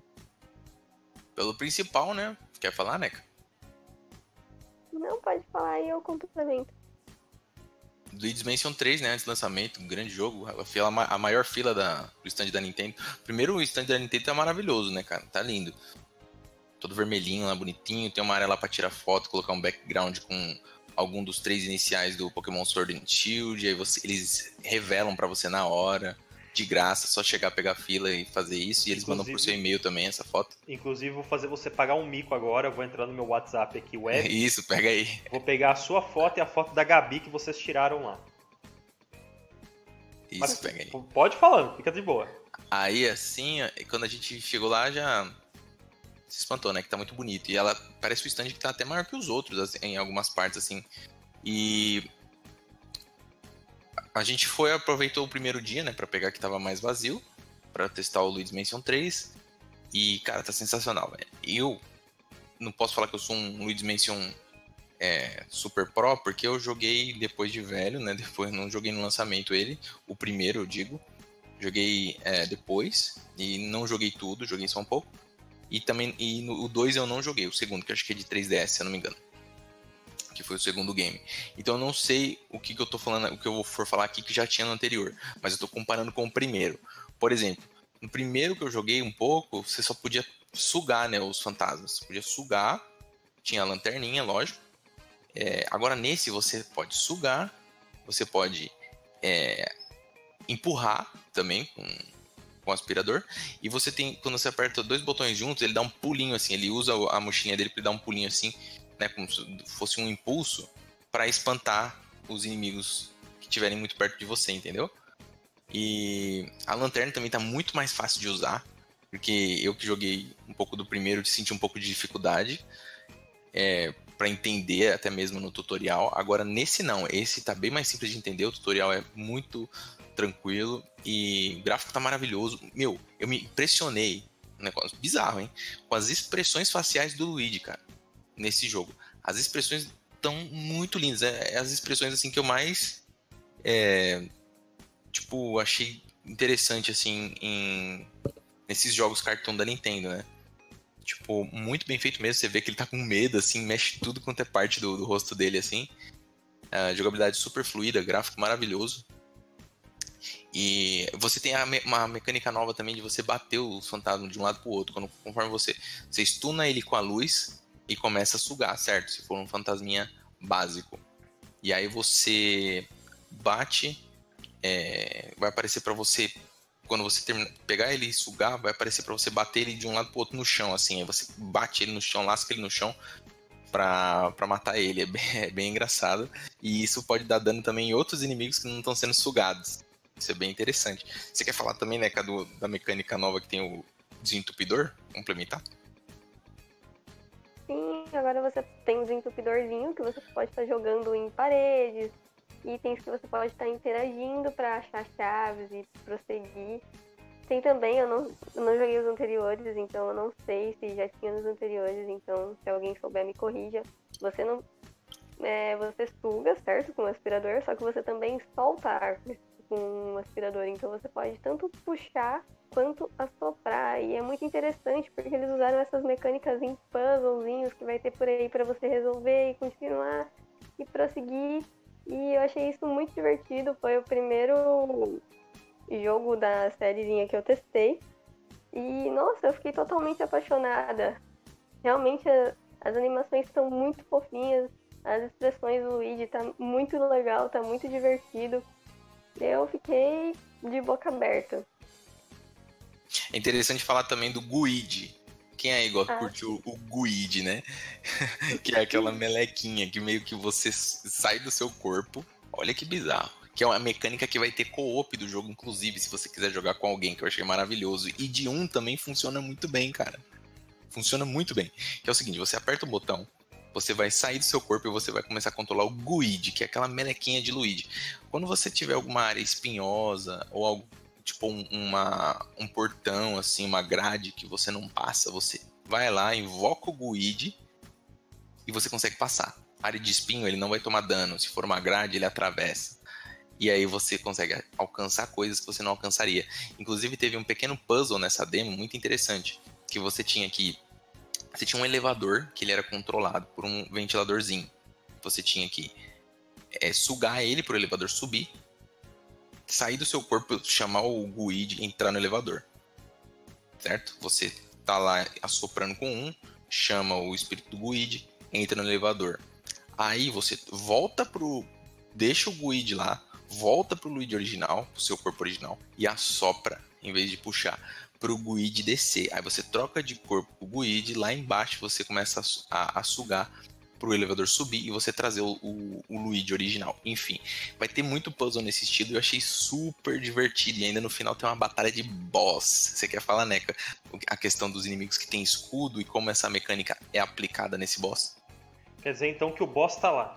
Pelo principal, né? Quer falar, Neca? Não, pode falar aí, eu complemento. Luigi's Mansion três, né, antes do lançamento, um grande jogo, a, fila, a maior fila da, do stand da Nintendo. Primeiro, o stand da Nintendo tá maravilhoso, né, cara, tá lindo. Todo vermelhinho lá, bonitinho, tem uma área lá pra tirar foto, colocar um background com algum dos três iniciais do Pokémon Sword and Shield, aí você, eles revelam pra você na hora, de graça, só chegar, pegar a fila e fazer isso, e eles inclusive, mandam por seu e-mail também essa foto. Inclusive, vou fazer você pagar um mico agora, eu vou entrar no meu WhatsApp aqui, web. Isso, pega aí. Vou pegar a sua foto e a foto da Gabi que vocês tiraram lá. Isso, mas, pega aí. Pode falando, fica de boa. Aí, assim, quando a gente chegou lá, já se espantou, né, que tá muito bonito. E ela parece um stand que tá até maior que os outros, assim, em algumas partes, assim. E a gente foi, aproveitou o primeiro dia, né, pra pegar que tava mais vazio, pra testar o Luigi's Mansion três. E, cara, tá sensacional, velho. Eu não posso falar que eu sou um Luigi's Mansion é, super pro, porque eu joguei depois de velho, né, depois não joguei no lançamento ele, o primeiro, eu digo. Joguei é, depois, e não joguei tudo, joguei só um pouco. E também, e no, o dois eu não joguei, o segundo, que eu acho que é de três D S, se eu não me engano. Que foi o segundo game. Então eu não sei o que, que eu tô falando, o que eu for falar aqui que já tinha no anterior, mas eu tô comparando com o primeiro. Por exemplo, no primeiro que eu joguei um pouco, você só podia sugar, né, os fantasmas. Você podia sugar, tinha a lanterninha, lógico. É, agora nesse você pode sugar, você pode é, empurrar também com, com o aspirador. E você tem, quando você aperta dois botões juntos, ele dá um pulinho assim, ele usa a mochinha dele para dar um pulinho assim, né, como se fosse um impulso para espantar os inimigos que estiverem muito perto de você, entendeu? E a lanterna também tá muito mais fácil de usar, porque eu que joguei um pouco do primeiro senti um pouco de dificuldade é, para entender, até mesmo no tutorial. Agora nesse não, esse tá bem mais simples de entender, o tutorial é muito tranquilo e o gráfico tá maravilhoso. Meu, eu me impressionei, um negócio bizarro, hein, com as expressões faciais do Luigi, cara. Nesse jogo. As expressões estão muito lindas. É, é as expressões assim que eu mais é, tipo, achei interessante assim em nesses jogos cartoon da Nintendo, né? Tipo, muito bem feito mesmo. Você vê que ele tá com medo, assim, mexe tudo quanto é parte do, do rosto dele, assim. A jogabilidade super fluida, gráfico maravilhoso. E você tem a me- uma mecânica nova também de você bater os fantasmas de um lado pro outro. Quando, conforme você, você stuna ele com a luz e começa a sugar, certo? Se for um fantasminha básico. E aí você bate, é, vai aparecer pra você, quando você termina, pegar ele e sugar, vai aparecer pra você bater ele de um lado pro outro no chão, assim. Aí você bate ele no chão, lasca ele no chão pra, pra matar ele. É bem, é bem engraçado. E isso pode dar dano também em outros inimigos que não estão sendo sugados. Isso é bem interessante. Você quer falar também, né, do, da mecânica nova que tem o desentupidor? Complementar? Sim, agora você tem um desentupidorzinho que você pode estar jogando em paredes, itens que você pode estar interagindo para achar chaves e prosseguir. Tem também, eu não, eu não joguei os anteriores, então eu não sei se já tinha nos anteriores, então se alguém souber me corrija. Você não. É, você suga, certo? Com o aspirador, só que você também solta ar com o aspirador, então você pode tanto puxar quanto assoprar. E é muito interessante porque eles usaram essas mecânicas em puzzlezinhos que vai ter por aí para você resolver e continuar e prosseguir. E eu achei isso muito divertido. Foi o primeiro jogo da sériezinha que eu testei. E, nossa, eu fiquei totalmente apaixonada. Realmente, as animações estão muito fofinhas. As expressões do Luigi tá muito legal, tá muito divertido. Eu fiquei de boca aberta. É interessante falar também do Guide. Quem aí gosta, Ah. curtiu o Guide, né? Que é aquela melequinha que meio que você sai do seu corpo. Olha que bizarro. Que é uma mecânica que vai ter co-op do jogo, inclusive, se você quiser jogar com alguém, que eu achei maravilhoso. E de um também funciona muito bem, cara. Funciona muito bem. Que é o seguinte, você aperta o botão, você vai sair do seu corpo e você vai começar a controlar o Guide, que é aquela melequinha de Luigi. Quando você tiver alguma área espinhosa ou algo, tipo um, uma, um portão, assim, uma grade que você não passa, você vai lá, invoca o Guide e você consegue passar. A área de espinho, ele não vai tomar dano. Se for uma grade, ele atravessa. E aí você consegue alcançar coisas que você não alcançaria. Inclusive, teve um pequeno puzzle nessa demo muito interessante, que você tinha que... Você tinha um elevador que ele era controlado por um ventiladorzinho. Você tinha que é, sugar ele para o elevador subir, sair do seu corpo, chamar o Guide e entrar no elevador. Certo? Você tá lá assoprando com um, chama o espírito do Guide, entra no elevador. Aí você volta pro... Deixa o Guide lá, volta pro Luigi original, pro seu corpo original, e assopra, em vez de puxar, pro Guide descer. Aí você troca de corpo com o Guide, lá embaixo você começa a, a, a sugar pro elevador subir e você trazer o, o, o Luigi original. Enfim, vai ter muito puzzle nesse estilo e eu achei super divertido. E ainda no final tem uma batalha de boss. Você quer falar, Neca, a questão dos inimigos que tem escudo e como essa mecânica é aplicada nesse boss? Quer dizer então que o boss tá lá.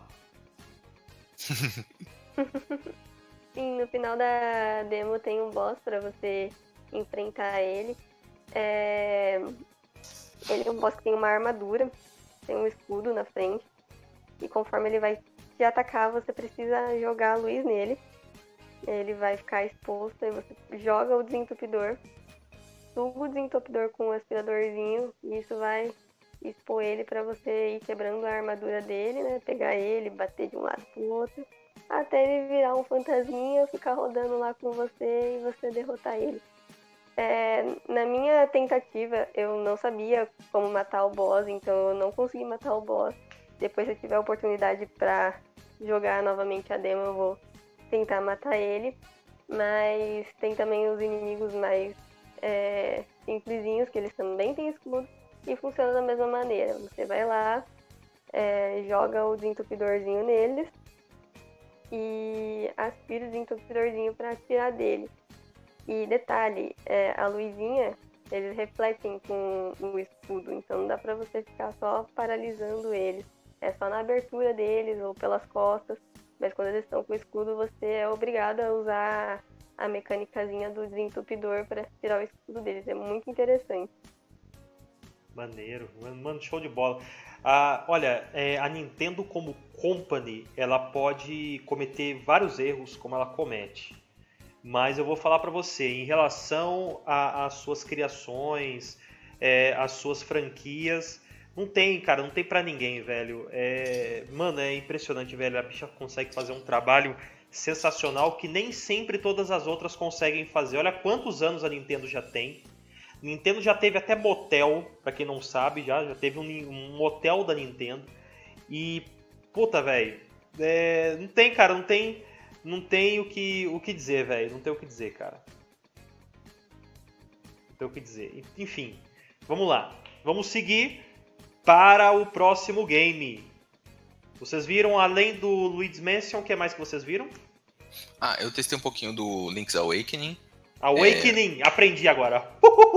Sim, no final da demo tem um boss pra você enfrentar ele. É... Ele é um boss que tem uma armadura, tem um escudo na frente. E conforme ele vai te atacar, você precisa jogar a luz nele. Ele vai ficar exposto, aí você joga o desentupidor. Suga o desentupidor com o aspiradorzinho. E isso vai expor ele pra você ir quebrando a armadura dele, né? Pegar ele, bater de um lado pro outro. Até ele virar um fantasminha, ficar rodando lá com você e você derrotar ele. É, na minha tentativa, eu não sabia como matar o boss, então eu não consegui matar o boss. Depois, se eu tiver a oportunidade pra jogar novamente a demo, eu vou tentar matar ele. Mas tem também os inimigos mais é, simplesinhos, que eles também têm escudo e funcionam da mesma maneira. Você vai lá, é, joga o desentupidorzinho neles e aspira o desentupidorzinho pra tirar dele. E detalhe, é, a luzinha, eles refletem com o escudo, então não dá pra você ficar só paralisando eles. É só na abertura deles ou pelas costas, mas quando eles estão com o escudo, você é obrigado a usar a mecânicazinha do desentupidor pra tirar o escudo deles. É muito interessante. Maneiro, mano, show de bola. Ah, olha, é, a Nintendo como company, ela pode cometer vários erros como ela comete. Mas eu vou falar pra você, em relação às suas criações, é, às suas franquias, não tem, cara, não tem pra ninguém, velho. É, mano, é impressionante, velho. A bicha consegue fazer um trabalho sensacional que nem sempre todas as outras conseguem fazer. Olha quantos anos a Nintendo já tem. Nintendo já teve até motel, pra quem não sabe, já, já teve um, um motel da Nintendo. E, puta, velho, é, não tem, cara, não tem... Não tem o que, o que dizer, velho. Não tem o que dizer, cara. Não tem o que dizer. Enfim, vamos lá. Vamos seguir para o próximo game. Vocês viram, além do Luigi's Mansion, o que mais que vocês viram? Ah, eu testei um pouquinho do Link's Awakening. Awakening, é... aprendi agora.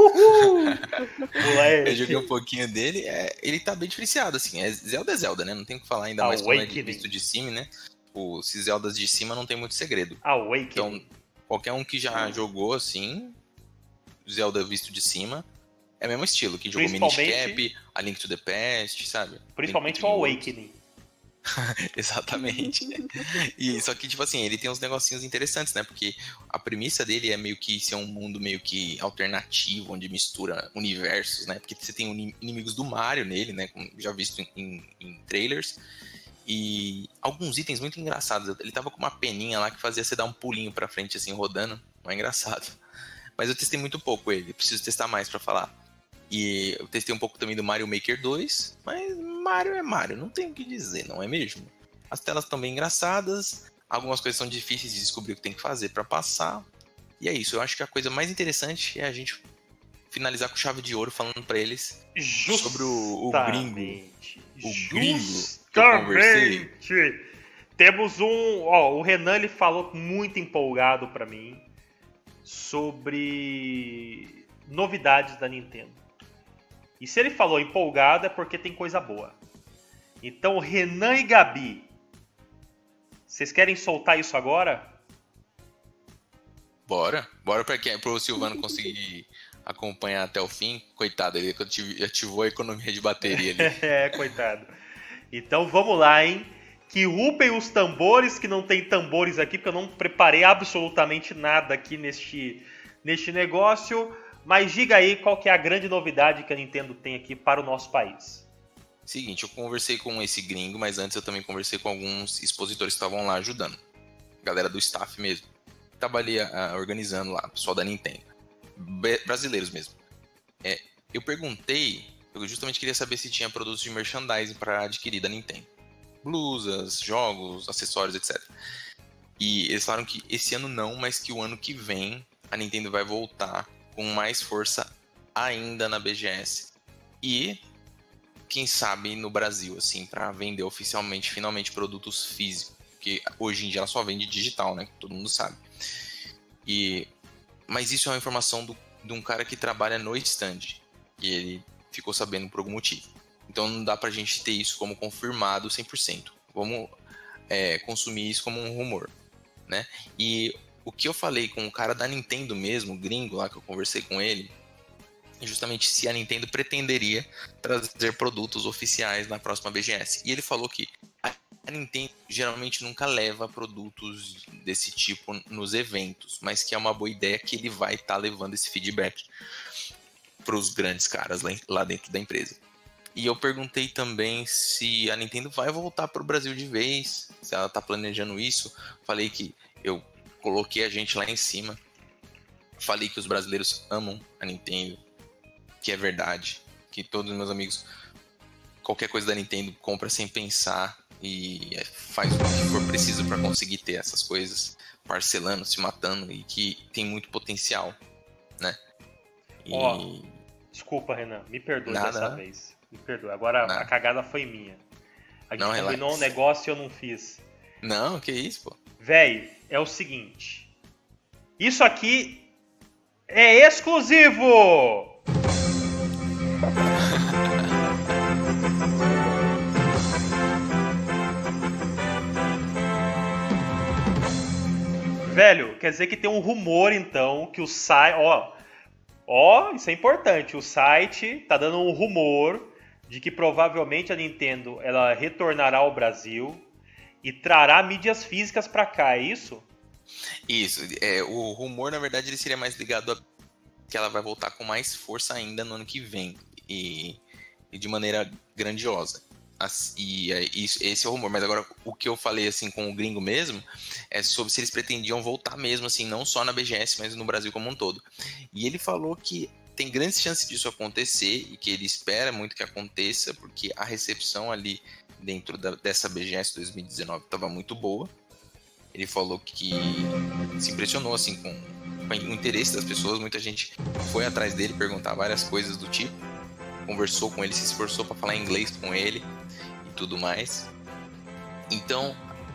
Eu joguei um pouquinho dele, é, ele tá bem diferenciado, assim, é Zelda é Zelda, né? Não tem o que falar, ainda mais quando é de visto de cima, né? Tipo, se Zeldas de cima não tem muito segredo. Awakening. Então, qualquer um que já jogou, assim, Zelda visto de cima, é o mesmo estilo, que jogou Minish Cap, A Link to the Past, sabe? Principalmente o Awakening. Exatamente. E só que, tipo assim, ele tem uns negocinhos interessantes, né? Porque a premissa dele é meio que ser um mundo meio que alternativo, onde mistura universos, né? Porque você tem inimigos do Mario nele, né? Como já visto em, em, em trailers. E alguns itens muito engraçados. Ele tava com uma peninha lá que fazia você dar um pulinho pra frente, assim, rodando. Não é engraçado. Mas eu testei muito pouco ele. Preciso testar mais pra falar. E eu testei um pouco também do Mario Maker dois, mas Mario é Mario, não tem o que dizer, não é mesmo? As telas estão bem engraçadas, algumas coisas são difíceis de descobrir o que tem que fazer para passar, e é isso. Eu acho que a coisa mais interessante é a gente finalizar com chave de ouro falando para eles Justamente. sobre o, o gringo. O gringo que eu conversei. Temos um... Ó, o Renan ele falou muito empolgado para mim sobre novidades da Nintendo. E se ele falou empolgado é porque tem coisa boa. Então, Renan e Gabi, vocês querem soltar isso agora? Bora. Bora para quem? Para o Silvano conseguir acompanhar até o fim. Coitado, ele ativou a economia de bateria ali. É, coitado. Então, vamos lá, hein? Que rupem os tambores, que não tem tambores aqui, porque eu não preparei absolutamente nada aqui neste, neste negócio. Mas diga aí qual que é a grande novidade que a Nintendo tem aqui para o nosso país. Seguinte, eu conversei com esse gringo, mas antes eu também conversei com alguns expositores que estavam lá ajudando. Galera do staff mesmo. Trabalhei uh, organizando lá, pessoal da Nintendo. Be- brasileiros mesmo. É, eu perguntei, eu justamente queria saber se tinha produtos de merchandising para adquirir da Nintendo. Blusas, jogos, acessórios, etcétera. E eles falaram que esse ano não, mas que o ano que vem a Nintendo vai voltar com mais força ainda na B G S. E, quem sabe, no Brasil, assim, para vender oficialmente, finalmente, produtos físicos. Porque hoje em dia ela só vende digital, né? Todo mundo sabe. E, mas isso é uma informação do, de um cara que trabalha no stand. E ele ficou sabendo por algum motivo. Então não dá pra gente ter isso como confirmado cem por cento. Vamos é, consumir isso como um rumor, né? E o que eu falei com o cara da Nintendo mesmo, o gringo lá que eu conversei com ele, é justamente se a Nintendo pretenderia trazer produtos oficiais na próxima B G S. E ele falou que a Nintendo geralmente nunca leva produtos desse tipo nos eventos, mas que é uma boa ideia que ele vai estar tá levando esse feedback para os grandes caras lá dentro da empresa. E eu perguntei também se a Nintendo vai voltar para o Brasil de vez, se ela está planejando isso. Falei que eu coloquei a gente lá em cima. Falei que os brasileiros amam a Nintendo, que é verdade, que todos os meus amigos, qualquer coisa da Nintendo, compra sem pensar e faz o que for preciso para conseguir ter essas coisas, parcelando, se matando, e que tem muito potencial, né? E... Oh, desculpa, Renan, me perdoe Nada. dessa vez. Me perdoe, agora Nada. a cagada foi minha. A gente não, combinou um negócio e eu não fiz. Não, que isso, pô. Véi, é o seguinte. Isso aqui é exclusivo! Velho, quer dizer que tem um rumor, então, que o site... Ó, ó, isso é importante. O site tá dando um rumor de que provavelmente a Nintendo ela retornará ao Brasil e trará mídias físicas pra cá, é isso? Isso. É, o rumor, na verdade, ele seria mais ligado a que ela vai voltar com mais força ainda no ano que vem. E, e de maneira grandiosa. E é, isso, esse é o rumor. Mas agora, o que eu falei assim com o gringo mesmo é sobre se eles pretendiam voltar mesmo, assim, não só na B G S, mas no Brasil como um todo. E ele falou que tem grandes chances disso acontecer e que ele espera muito que aconteça, porque a recepção ali dentro da, dessa B G S dois mil e dezenove estava muito boa. Ele falou que se impressionou assim com, com o interesse das pessoas, muita gente foi atrás dele perguntar várias coisas do tipo, conversou com ele, se esforçou para falar inglês com ele e tudo mais. Então,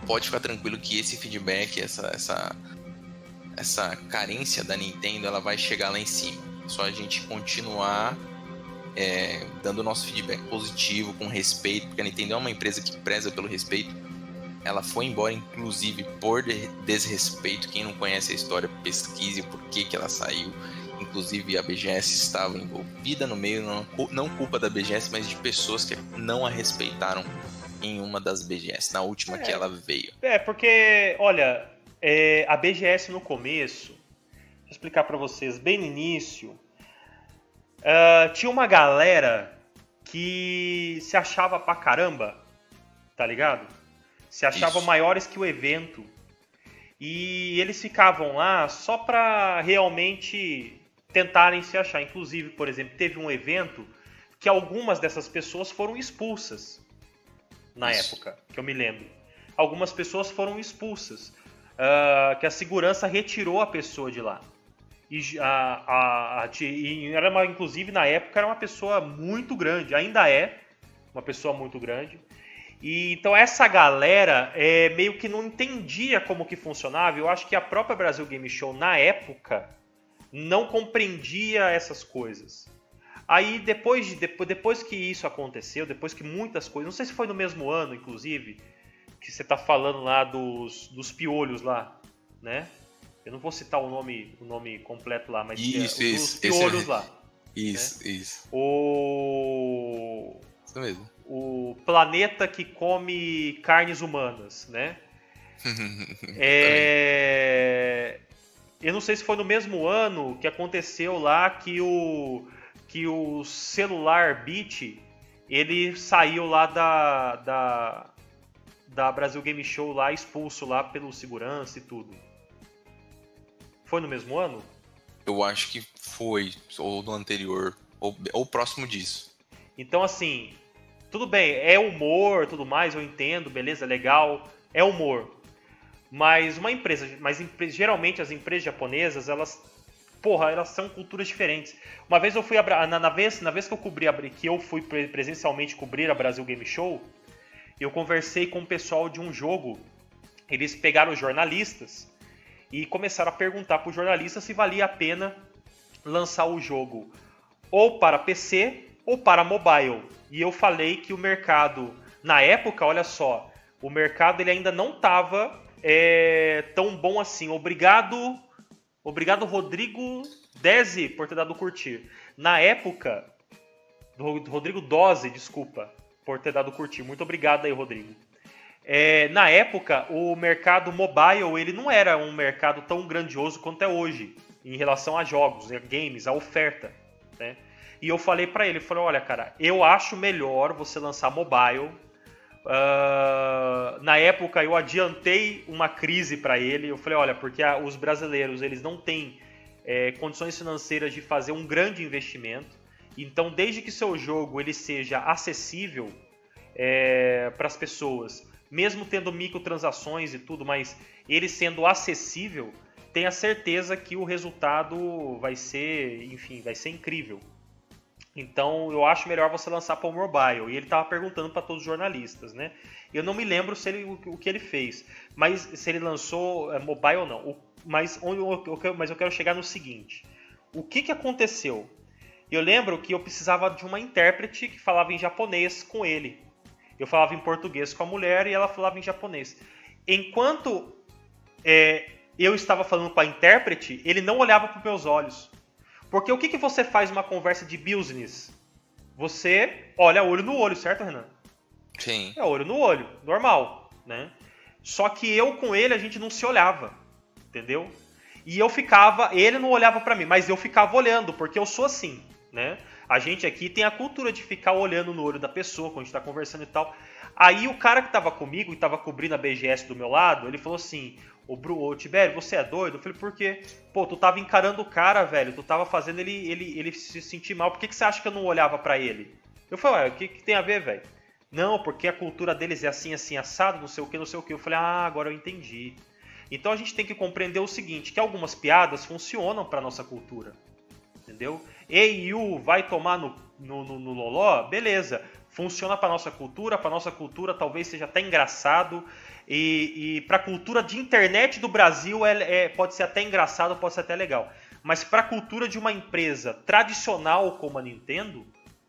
pode ficar tranquilo que esse feedback, essa, essa, essa carência da Nintendo, ela vai chegar lá em cima. Só a gente continuar é, dando o nosso feedback positivo, com respeito, porque a Nintendo é uma empresa que preza pelo respeito. Ela foi embora, inclusive, por desrespeito. Quem não conhece a história, pesquise por que, que ela saiu. Inclusive, a B G S estava envolvida no meio, não, não culpa da B G S, mas de pessoas que não a respeitaram em uma das B G S, na última é, que ela veio. É, porque, olha, é, a B G S no começo, deixa eu explicar pra vocês, bem no início, uh, tinha uma galera que se achava pra caramba, tá ligado? Se achavam Isso. maiores que o evento. E eles ficavam lá só pra realmente tentarem se achar. Inclusive, por exemplo, teve um evento que algumas dessas pessoas foram expulsas. Na Isso. época, que eu me lembro. Algumas pessoas foram expulsas. Uh, que a segurança retirou a pessoa de lá. E, a, a, a, e era uma, inclusive, na época, era uma pessoa muito grande. Ainda é uma pessoa muito grande. E, então, essa galera é, meio que não entendia como que funcionava. Eu acho que a própria Brasil Game Show, na época, não compreendia essas coisas. Aí, depois, de, depois que isso aconteceu, depois que muitas coisas... Não sei se foi no mesmo ano, inclusive, que você tá falando lá dos, dos piolhos lá, né? Eu não vou citar o nome, o nome completo lá, mas isso, é, isso, dos piolhos é... lá. Isso, né? isso. O... Isso mesmo. O planeta que come carnes humanas, né? é... Eu não sei se foi no mesmo ano que aconteceu lá que o... que o Celular Beat, ele saiu lá da, da, da Brasil Game Show lá, expulso lá pelo segurança e tudo. Foi no mesmo ano? Eu acho que foi, ou no anterior, ou, ou próximo disso. Então, assim, tudo bem, é humor, tudo mais, eu entendo, beleza, legal, é humor. Mas uma empresa, mas geralmente as empresas japonesas, elas... Porra, elas são culturas diferentes. Uma vez eu fui a, na, na vez na vez que eu cobri a, que eu fui presencialmente cobrir a Brasil Game Show, eu conversei com o pessoal de um jogo. Eles pegaram os jornalistas e começaram a perguntar para os jornalistas se valia a pena lançar o jogo ou para P C ou para mobile. E eu falei que o mercado, na época, olha só, o mercado ele ainda não estava é, tão bom assim. Obrigado. Obrigado, Rodrigo Dese, por ter dado curtir. Na época, Rodrigo Dose, desculpa, por ter dado curtir. Muito obrigado aí, Rodrigo. É, na época, o mercado mobile ele não era um mercado tão grandioso quanto é hoje, em relação a jogos, a games, a oferta. Né? E eu falei pra ele, falei, olha, cara, eu acho melhor você lançar mobile. Uh, na época eu adiantei uma crise para ele. Eu falei, olha, porque a, os brasileiros eles não têm é, condições financeiras de fazer um grande investimento. Então, desde que seu jogo ele seja acessível é, para as pessoas, mesmo tendo microtransações e tudo, mas ele sendo acessível, tenha certeza que o resultado vai ser, enfim, vai ser incrível. Então, eu acho melhor você lançar para o mobile. E ele estava perguntando para todos os jornalistas, né? Eu não me lembro se ele, o, o que ele fez. Mas se ele lançou é, mobile ou não. O, mas, onde eu, eu, mas eu quero chegar no seguinte. O que, que aconteceu? Eu lembro que eu precisava de uma intérprete que falava em japonês com ele. Eu falava em português com a mulher e ela falava em japonês. Enquanto é, eu estava falando para a intérprete, ele não olhava para os meus olhos. Porque o que, que você faz numa conversa de business? Você olha olho no olho, certo, Renan? Sim. É olho no olho, normal, né? Só que eu com ele, a gente não se olhava, entendeu? E eu ficava, ele não olhava pra mim, mas eu ficava olhando, porque eu sou assim, né? A gente aqui tem a cultura de ficar olhando no olho da pessoa quando a gente tá conversando e tal. Aí o cara que tava comigo e tava cobrindo a B G S do meu lado, ele falou assim... Ô, Bru, ô, Tibério, você é doido? Eu falei, por quê? Pô, tu tava encarando o cara, velho. Tu tava fazendo ele, ele, ele se sentir mal. Por que, que você acha que eu não olhava pra ele? Eu falei, ué, o que, que tem a ver, velho? Não, porque a cultura deles é assim, assim, assado, não sei o que, não sei o que. Eu falei, ah, agora eu entendi. Então a gente tem que compreender o seguinte, que algumas piadas funcionam pra nossa cultura. Entendeu? Ei, Yu, vai tomar no, no, no, no loló? Beleza. funciona para nossa cultura, para nossa cultura talvez seja até engraçado, e, e para a cultura de internet do Brasil é, é, pode ser até engraçado, pode ser até legal. Mas para a cultura de uma empresa tradicional como a Nintendo,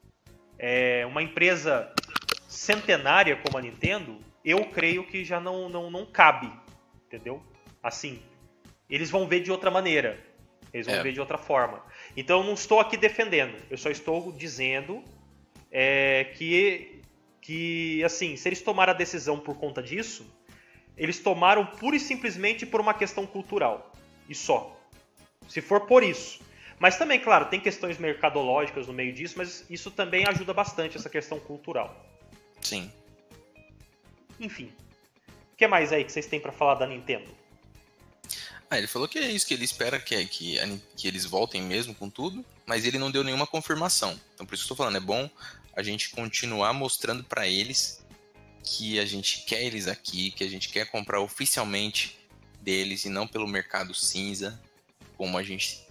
é, uma empresa centenária como a Nintendo, eu creio que já não, não, não cabe, entendeu? Assim, eles vão ver de outra maneira, eles vão é. ver de outra forma. Então eu não estou aqui defendendo, eu só estou dizendo é, que, que, assim, se eles tomaram a decisão por conta disso, eles tomaram pura e simplesmente por uma questão cultural, e só. Se for por isso. Mas também, claro, tem questões mercadológicas no meio disso, mas isso também ajuda bastante, essa questão cultural. Sim. Enfim. O que mais aí que vocês têm pra falar da Nintendo? Ah, ele falou que é isso, que ele espera que, que, que eles voltem mesmo com tudo, mas ele não deu nenhuma confirmação. Então por isso que eu tô falando, é bom a gente continuar mostrando pra eles que a gente quer eles aqui, que a gente quer comprar oficialmente deles e não pelo mercado cinza, como a gente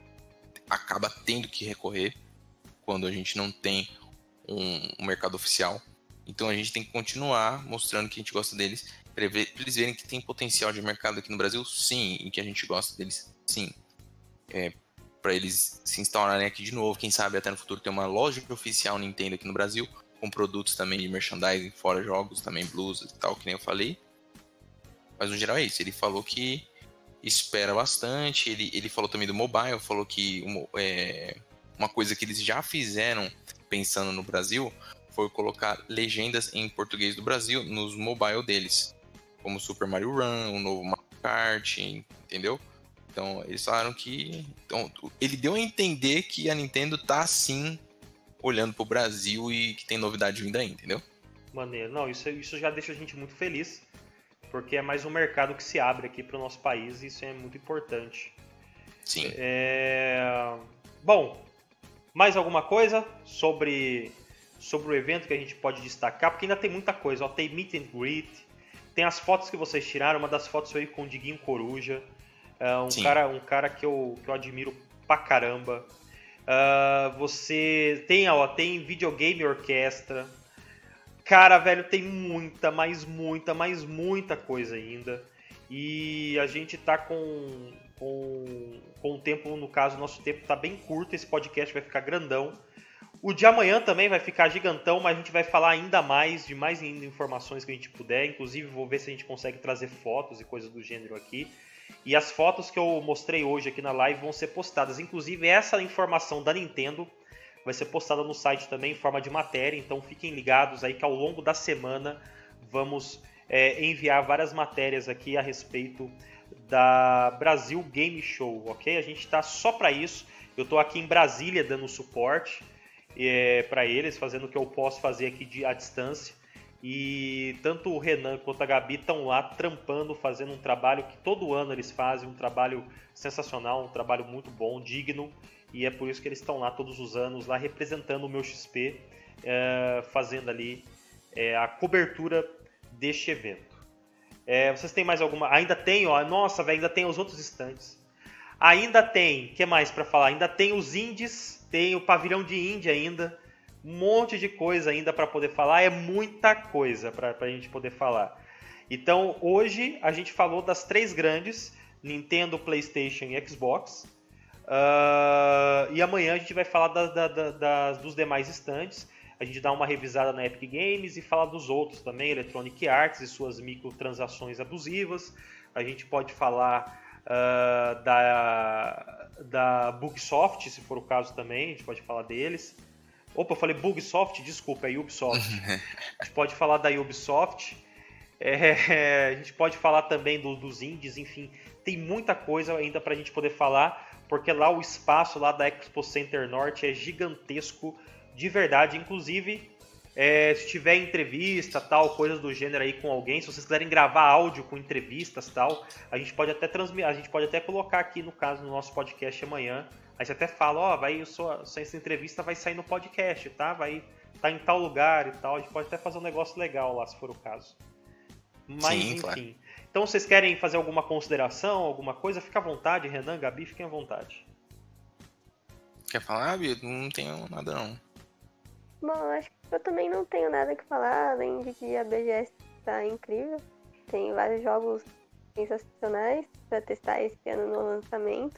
acaba tendo que recorrer quando a gente não tem um, um mercado oficial. Então a gente tem que continuar mostrando que a gente gosta deles, para eles verem que tem potencial de mercado aqui no Brasil, sim, e que a gente gosta deles, sim. É, para eles se instaurarem aqui de novo, quem sabe até no futuro ter uma loja oficial Nintendo aqui no Brasil, com produtos também de merchandising, fora jogos, também blusas e tal, que nem eu falei. Mas no geral é isso, ele falou que espera bastante, ele, ele falou também do mobile, falou que é, uma coisa que eles já fizeram pensando no Brasil foi colocar legendas em português do Brasil nos mobile deles, como Super Mario Run, o novo Mario Kart, entendeu? Então eles falaram que... Então, ele deu a entender que a Nintendo tá assim, olhando pro Brasil e que tem novidade vindo aí, entendeu? Maneiro, não, isso, isso já deixa a gente muito feliz, porque é mais um mercado que se abre aqui para o nosso país e isso é muito importante. Sim. É... Bom, mais alguma coisa sobre, sobre o evento que a gente pode destacar? Porque ainda tem muita coisa. Ó, tem meet and greet, tem as fotos que vocês tiraram. Uma das fotos foi com o Diguinho Coruja, é um, cara, um cara que eu, que eu admiro pra caramba. Uh, você tem, ó, tem videogame orquestra. Cara, velho, tem muita, mas muita, mas muita coisa ainda. E a gente tá com, com, com o tempo, no caso, nosso tempo tá bem curto, esse podcast vai ficar grandão. O de amanhã também vai ficar gigantão, mas a gente vai falar ainda mais, de mais ainda informações que a gente puder. Inclusive, vou ver se a gente consegue trazer fotos e coisas do gênero aqui. E as fotos que eu mostrei hoje aqui na live vão ser postadas. Inclusive, essa informação da Nintendo vai ser postada no site também em forma de matéria, então fiquem ligados aí que ao longo da semana vamos é, enviar várias matérias aqui a respeito da Brasil Game Show, ok? A gente está só para isso, eu estou aqui em Brasília dando suporte é, para eles, fazendo o que eu posso fazer aqui de, à distância, e tanto o Renan quanto a Gabi estão lá trampando, fazendo um trabalho que todo ano eles fazem, um trabalho sensacional, um trabalho muito bom, digno. E é por isso que eles estão lá todos os anos, lá representando o meu X P, é, fazendo ali é, a cobertura deste evento. É, vocês têm mais alguma? Ainda tem, ó, nossa, velho, ainda tem os outros stands. Ainda tem, o que mais para falar? Ainda tem os indies, tem o pavilhão de indie ainda, um monte de coisa ainda para poder falar, é muita coisa para a gente poder falar. Então, hoje a gente falou das três grandes, Nintendo, PlayStation e Xbox. Uh, e amanhã a gente vai falar da, da, da, das, dos demais stands. A gente dá uma revisada na Epic Games e fala dos outros também, Electronic Arts e suas microtransações abusivas. A gente pode falar uh, da, da Bugsoft, se for o caso também, a gente pode falar deles. Opa, eu falei Bugsoft, desculpa, é Ubisoft. A gente pode falar da Ubisoft. É, a gente pode falar também do, dos indies, enfim, tem muita coisa ainda pra gente poder falar. Porque lá o espaço lá da Expo Center Norte é gigantesco de verdade. Inclusive, é, se tiver entrevista, tal, coisas do gênero aí com alguém, se vocês quiserem gravar áudio com entrevistas, tal, a gente pode até transmitir, a gente pode até colocar aqui, no caso, no nosso podcast amanhã. A gente até fala, ó, vai, sua, sua essa entrevista vai sair no podcast, tá? Vai tá em tal lugar e tal. A gente pode até fazer um negócio legal lá, se for o caso. Mas, Sim, enfim. claro. Então, vocês querem fazer alguma consideração, alguma coisa? Fica à vontade, Renan, Gabi, fiquem à vontade. Quer falar, Bia? Não tenho nada, não. Bom, eu acho que Eu também não tenho nada que falar, além de que a B G S tá incrível. Tem vários jogos sensacionais pra testar esse ano no lançamento.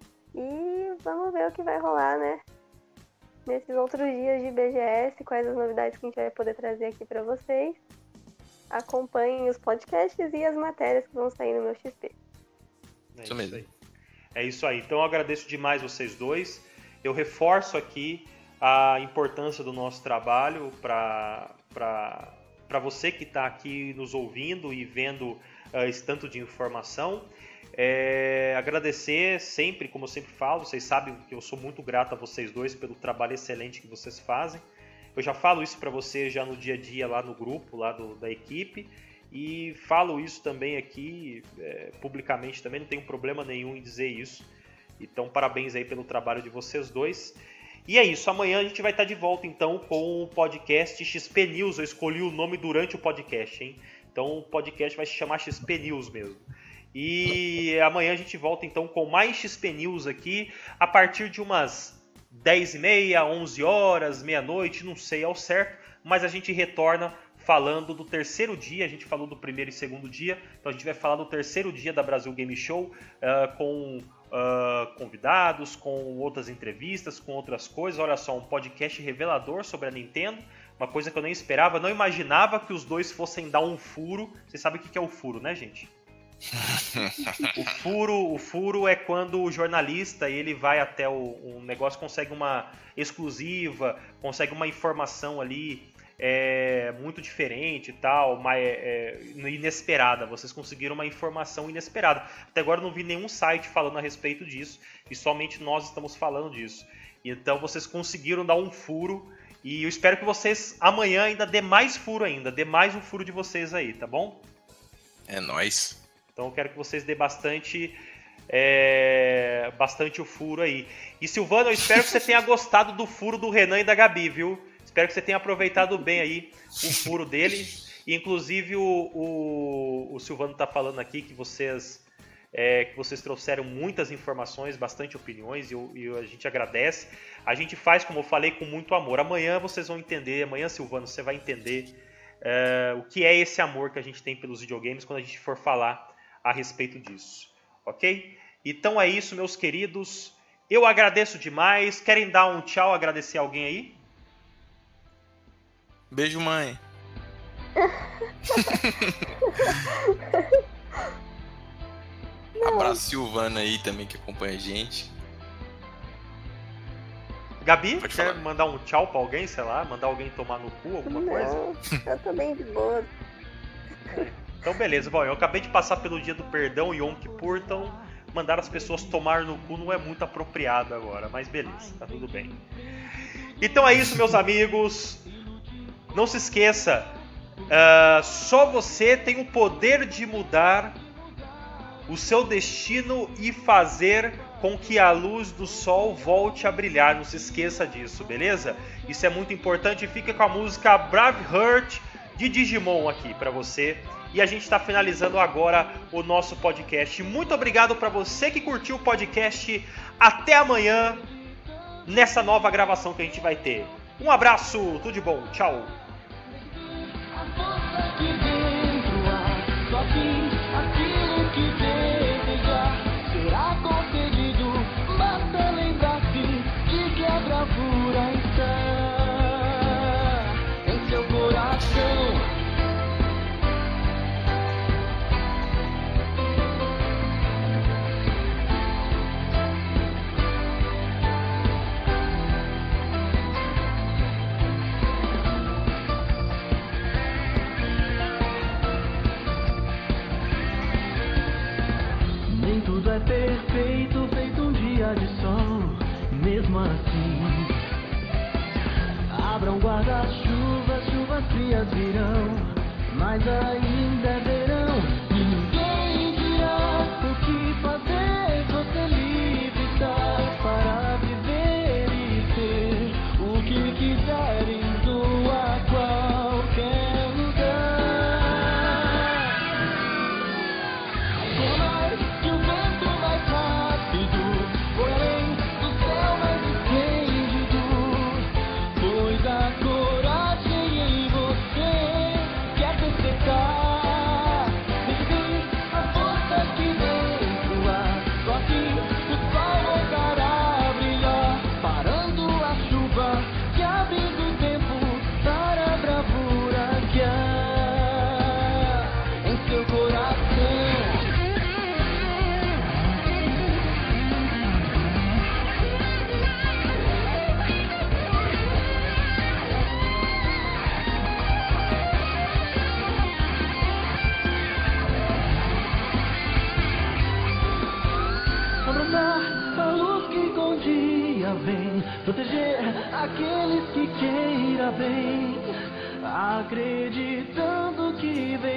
E vamos ver o que vai rolar, né? Nesses outros dias de B G S, quais as novidades que a gente vai poder trazer aqui pra vocês. Acompanhem os podcasts e as matérias que vão sair no meu X P. É isso mesmo. Aí. É isso aí. Então eu agradeço demais vocês dois. Eu reforço aqui a importância do nosso trabalho para você que está aqui nos ouvindo e vendo uh, esse tanto de informação. É, agradecer sempre, como eu sempre falo, vocês sabem que eu sou muito grato a vocês dois pelo trabalho excelente que vocês fazem. Eu já falo isso para vocês já no dia a dia lá no grupo, lá do, da equipe. E falo isso também aqui, é, publicamente também, não tenho problema nenhum em dizer isso. Então, parabéns aí pelo trabalho de vocês dois. E é isso, amanhã a gente vai estar de volta então com o podcast X P News. Eu escolhi o nome durante o podcast, hein? Então o podcast vai se chamar X P News mesmo. E amanhã a gente volta então com mais X P News aqui, a partir de umas dez e meia, onze horas, meia-noite, não sei ao certo, mas a gente retorna falando do terceiro dia. A gente falou do primeiro e segundo dia, então a gente vai falar do terceiro dia da Brasil Game Show uh, com uh, convidados, com outras entrevistas, com outras coisas. Olha só, um podcast revelador sobre a Nintendo, uma coisa que eu nem esperava, não imaginava que os dois fossem dar um furo. Vocês sabem o que é o furo, né, gente? o furo, o furo é quando o jornalista ele vai até o um negócio, consegue uma exclusiva, consegue uma informação ali é, muito diferente e tal, mas é, inesperada. Vocês conseguiram uma informação inesperada. Até agora eu não vi nenhum site falando a respeito disso e somente nós estamos falando disso. Então vocês conseguiram dar um furo e eu espero que vocês amanhã ainda dê mais furo ainda, dê mais um furo de vocês aí, tá bom? É nóis. Então eu quero que vocês dê bastante, é, bastante o furo aí. E Silvano, eu espero que você tenha gostado do furo do Renan e da Gabi, viu? Espero que você tenha aproveitado bem aí o furo dele. E, inclusive o, o, o Silvano está falando aqui que vocês, é, que vocês trouxeram muitas informações, bastante opiniões e, e a gente agradece. A gente faz, como eu falei, com muito amor. Amanhã vocês vão entender, amanhã, Silvano, você vai entender é, o que é esse amor que a gente tem pelos videogames quando a gente for falar a respeito disso, ok? Então é isso, meus queridos. Eu agradeço demais. Querem dar um tchau, agradecer alguém aí? Beijo, mãe. Abraço Silvana aí também que acompanha a gente. Gabi, Pode quer falar. mandar um tchau pra alguém, sei lá, mandar alguém tomar no cu, alguma Não, coisa? eu tô bem de boa. Então beleza, bom, eu acabei de passar pelo dia do perdão, Yom Kippur, então mandar as pessoas tomar no cu não é muito apropriado agora, mas beleza, tá tudo bem. Então é isso, meus amigos. Não se esqueça, uh, só você tem o poder de mudar o seu destino e fazer com que a luz do sol volte a brilhar. Não se esqueça disso, beleza? Isso é muito importante. Fica com a música Braveheart de Digimon aqui pra você. E a gente está finalizando agora o nosso podcast. Muito obrigado para você que curtiu o podcast. Até amanhã, nessa nova gravação que a gente vai ter. Um abraço, tudo de bom, tchau. Tudo é perfeito, feito um dia de sol. Mesmo assim, abram guarda-chuvas, chuvas frias virão, mas ainda é verão. Ninguém dirá o que fazer, você livre está para viver e ter o que quiser, indo a qualquer lugar. Por mais que o vento mais rápido, porém do céu mais esplêndido, pois a coragem proteger aqueles que queira bem, acreditando que vem.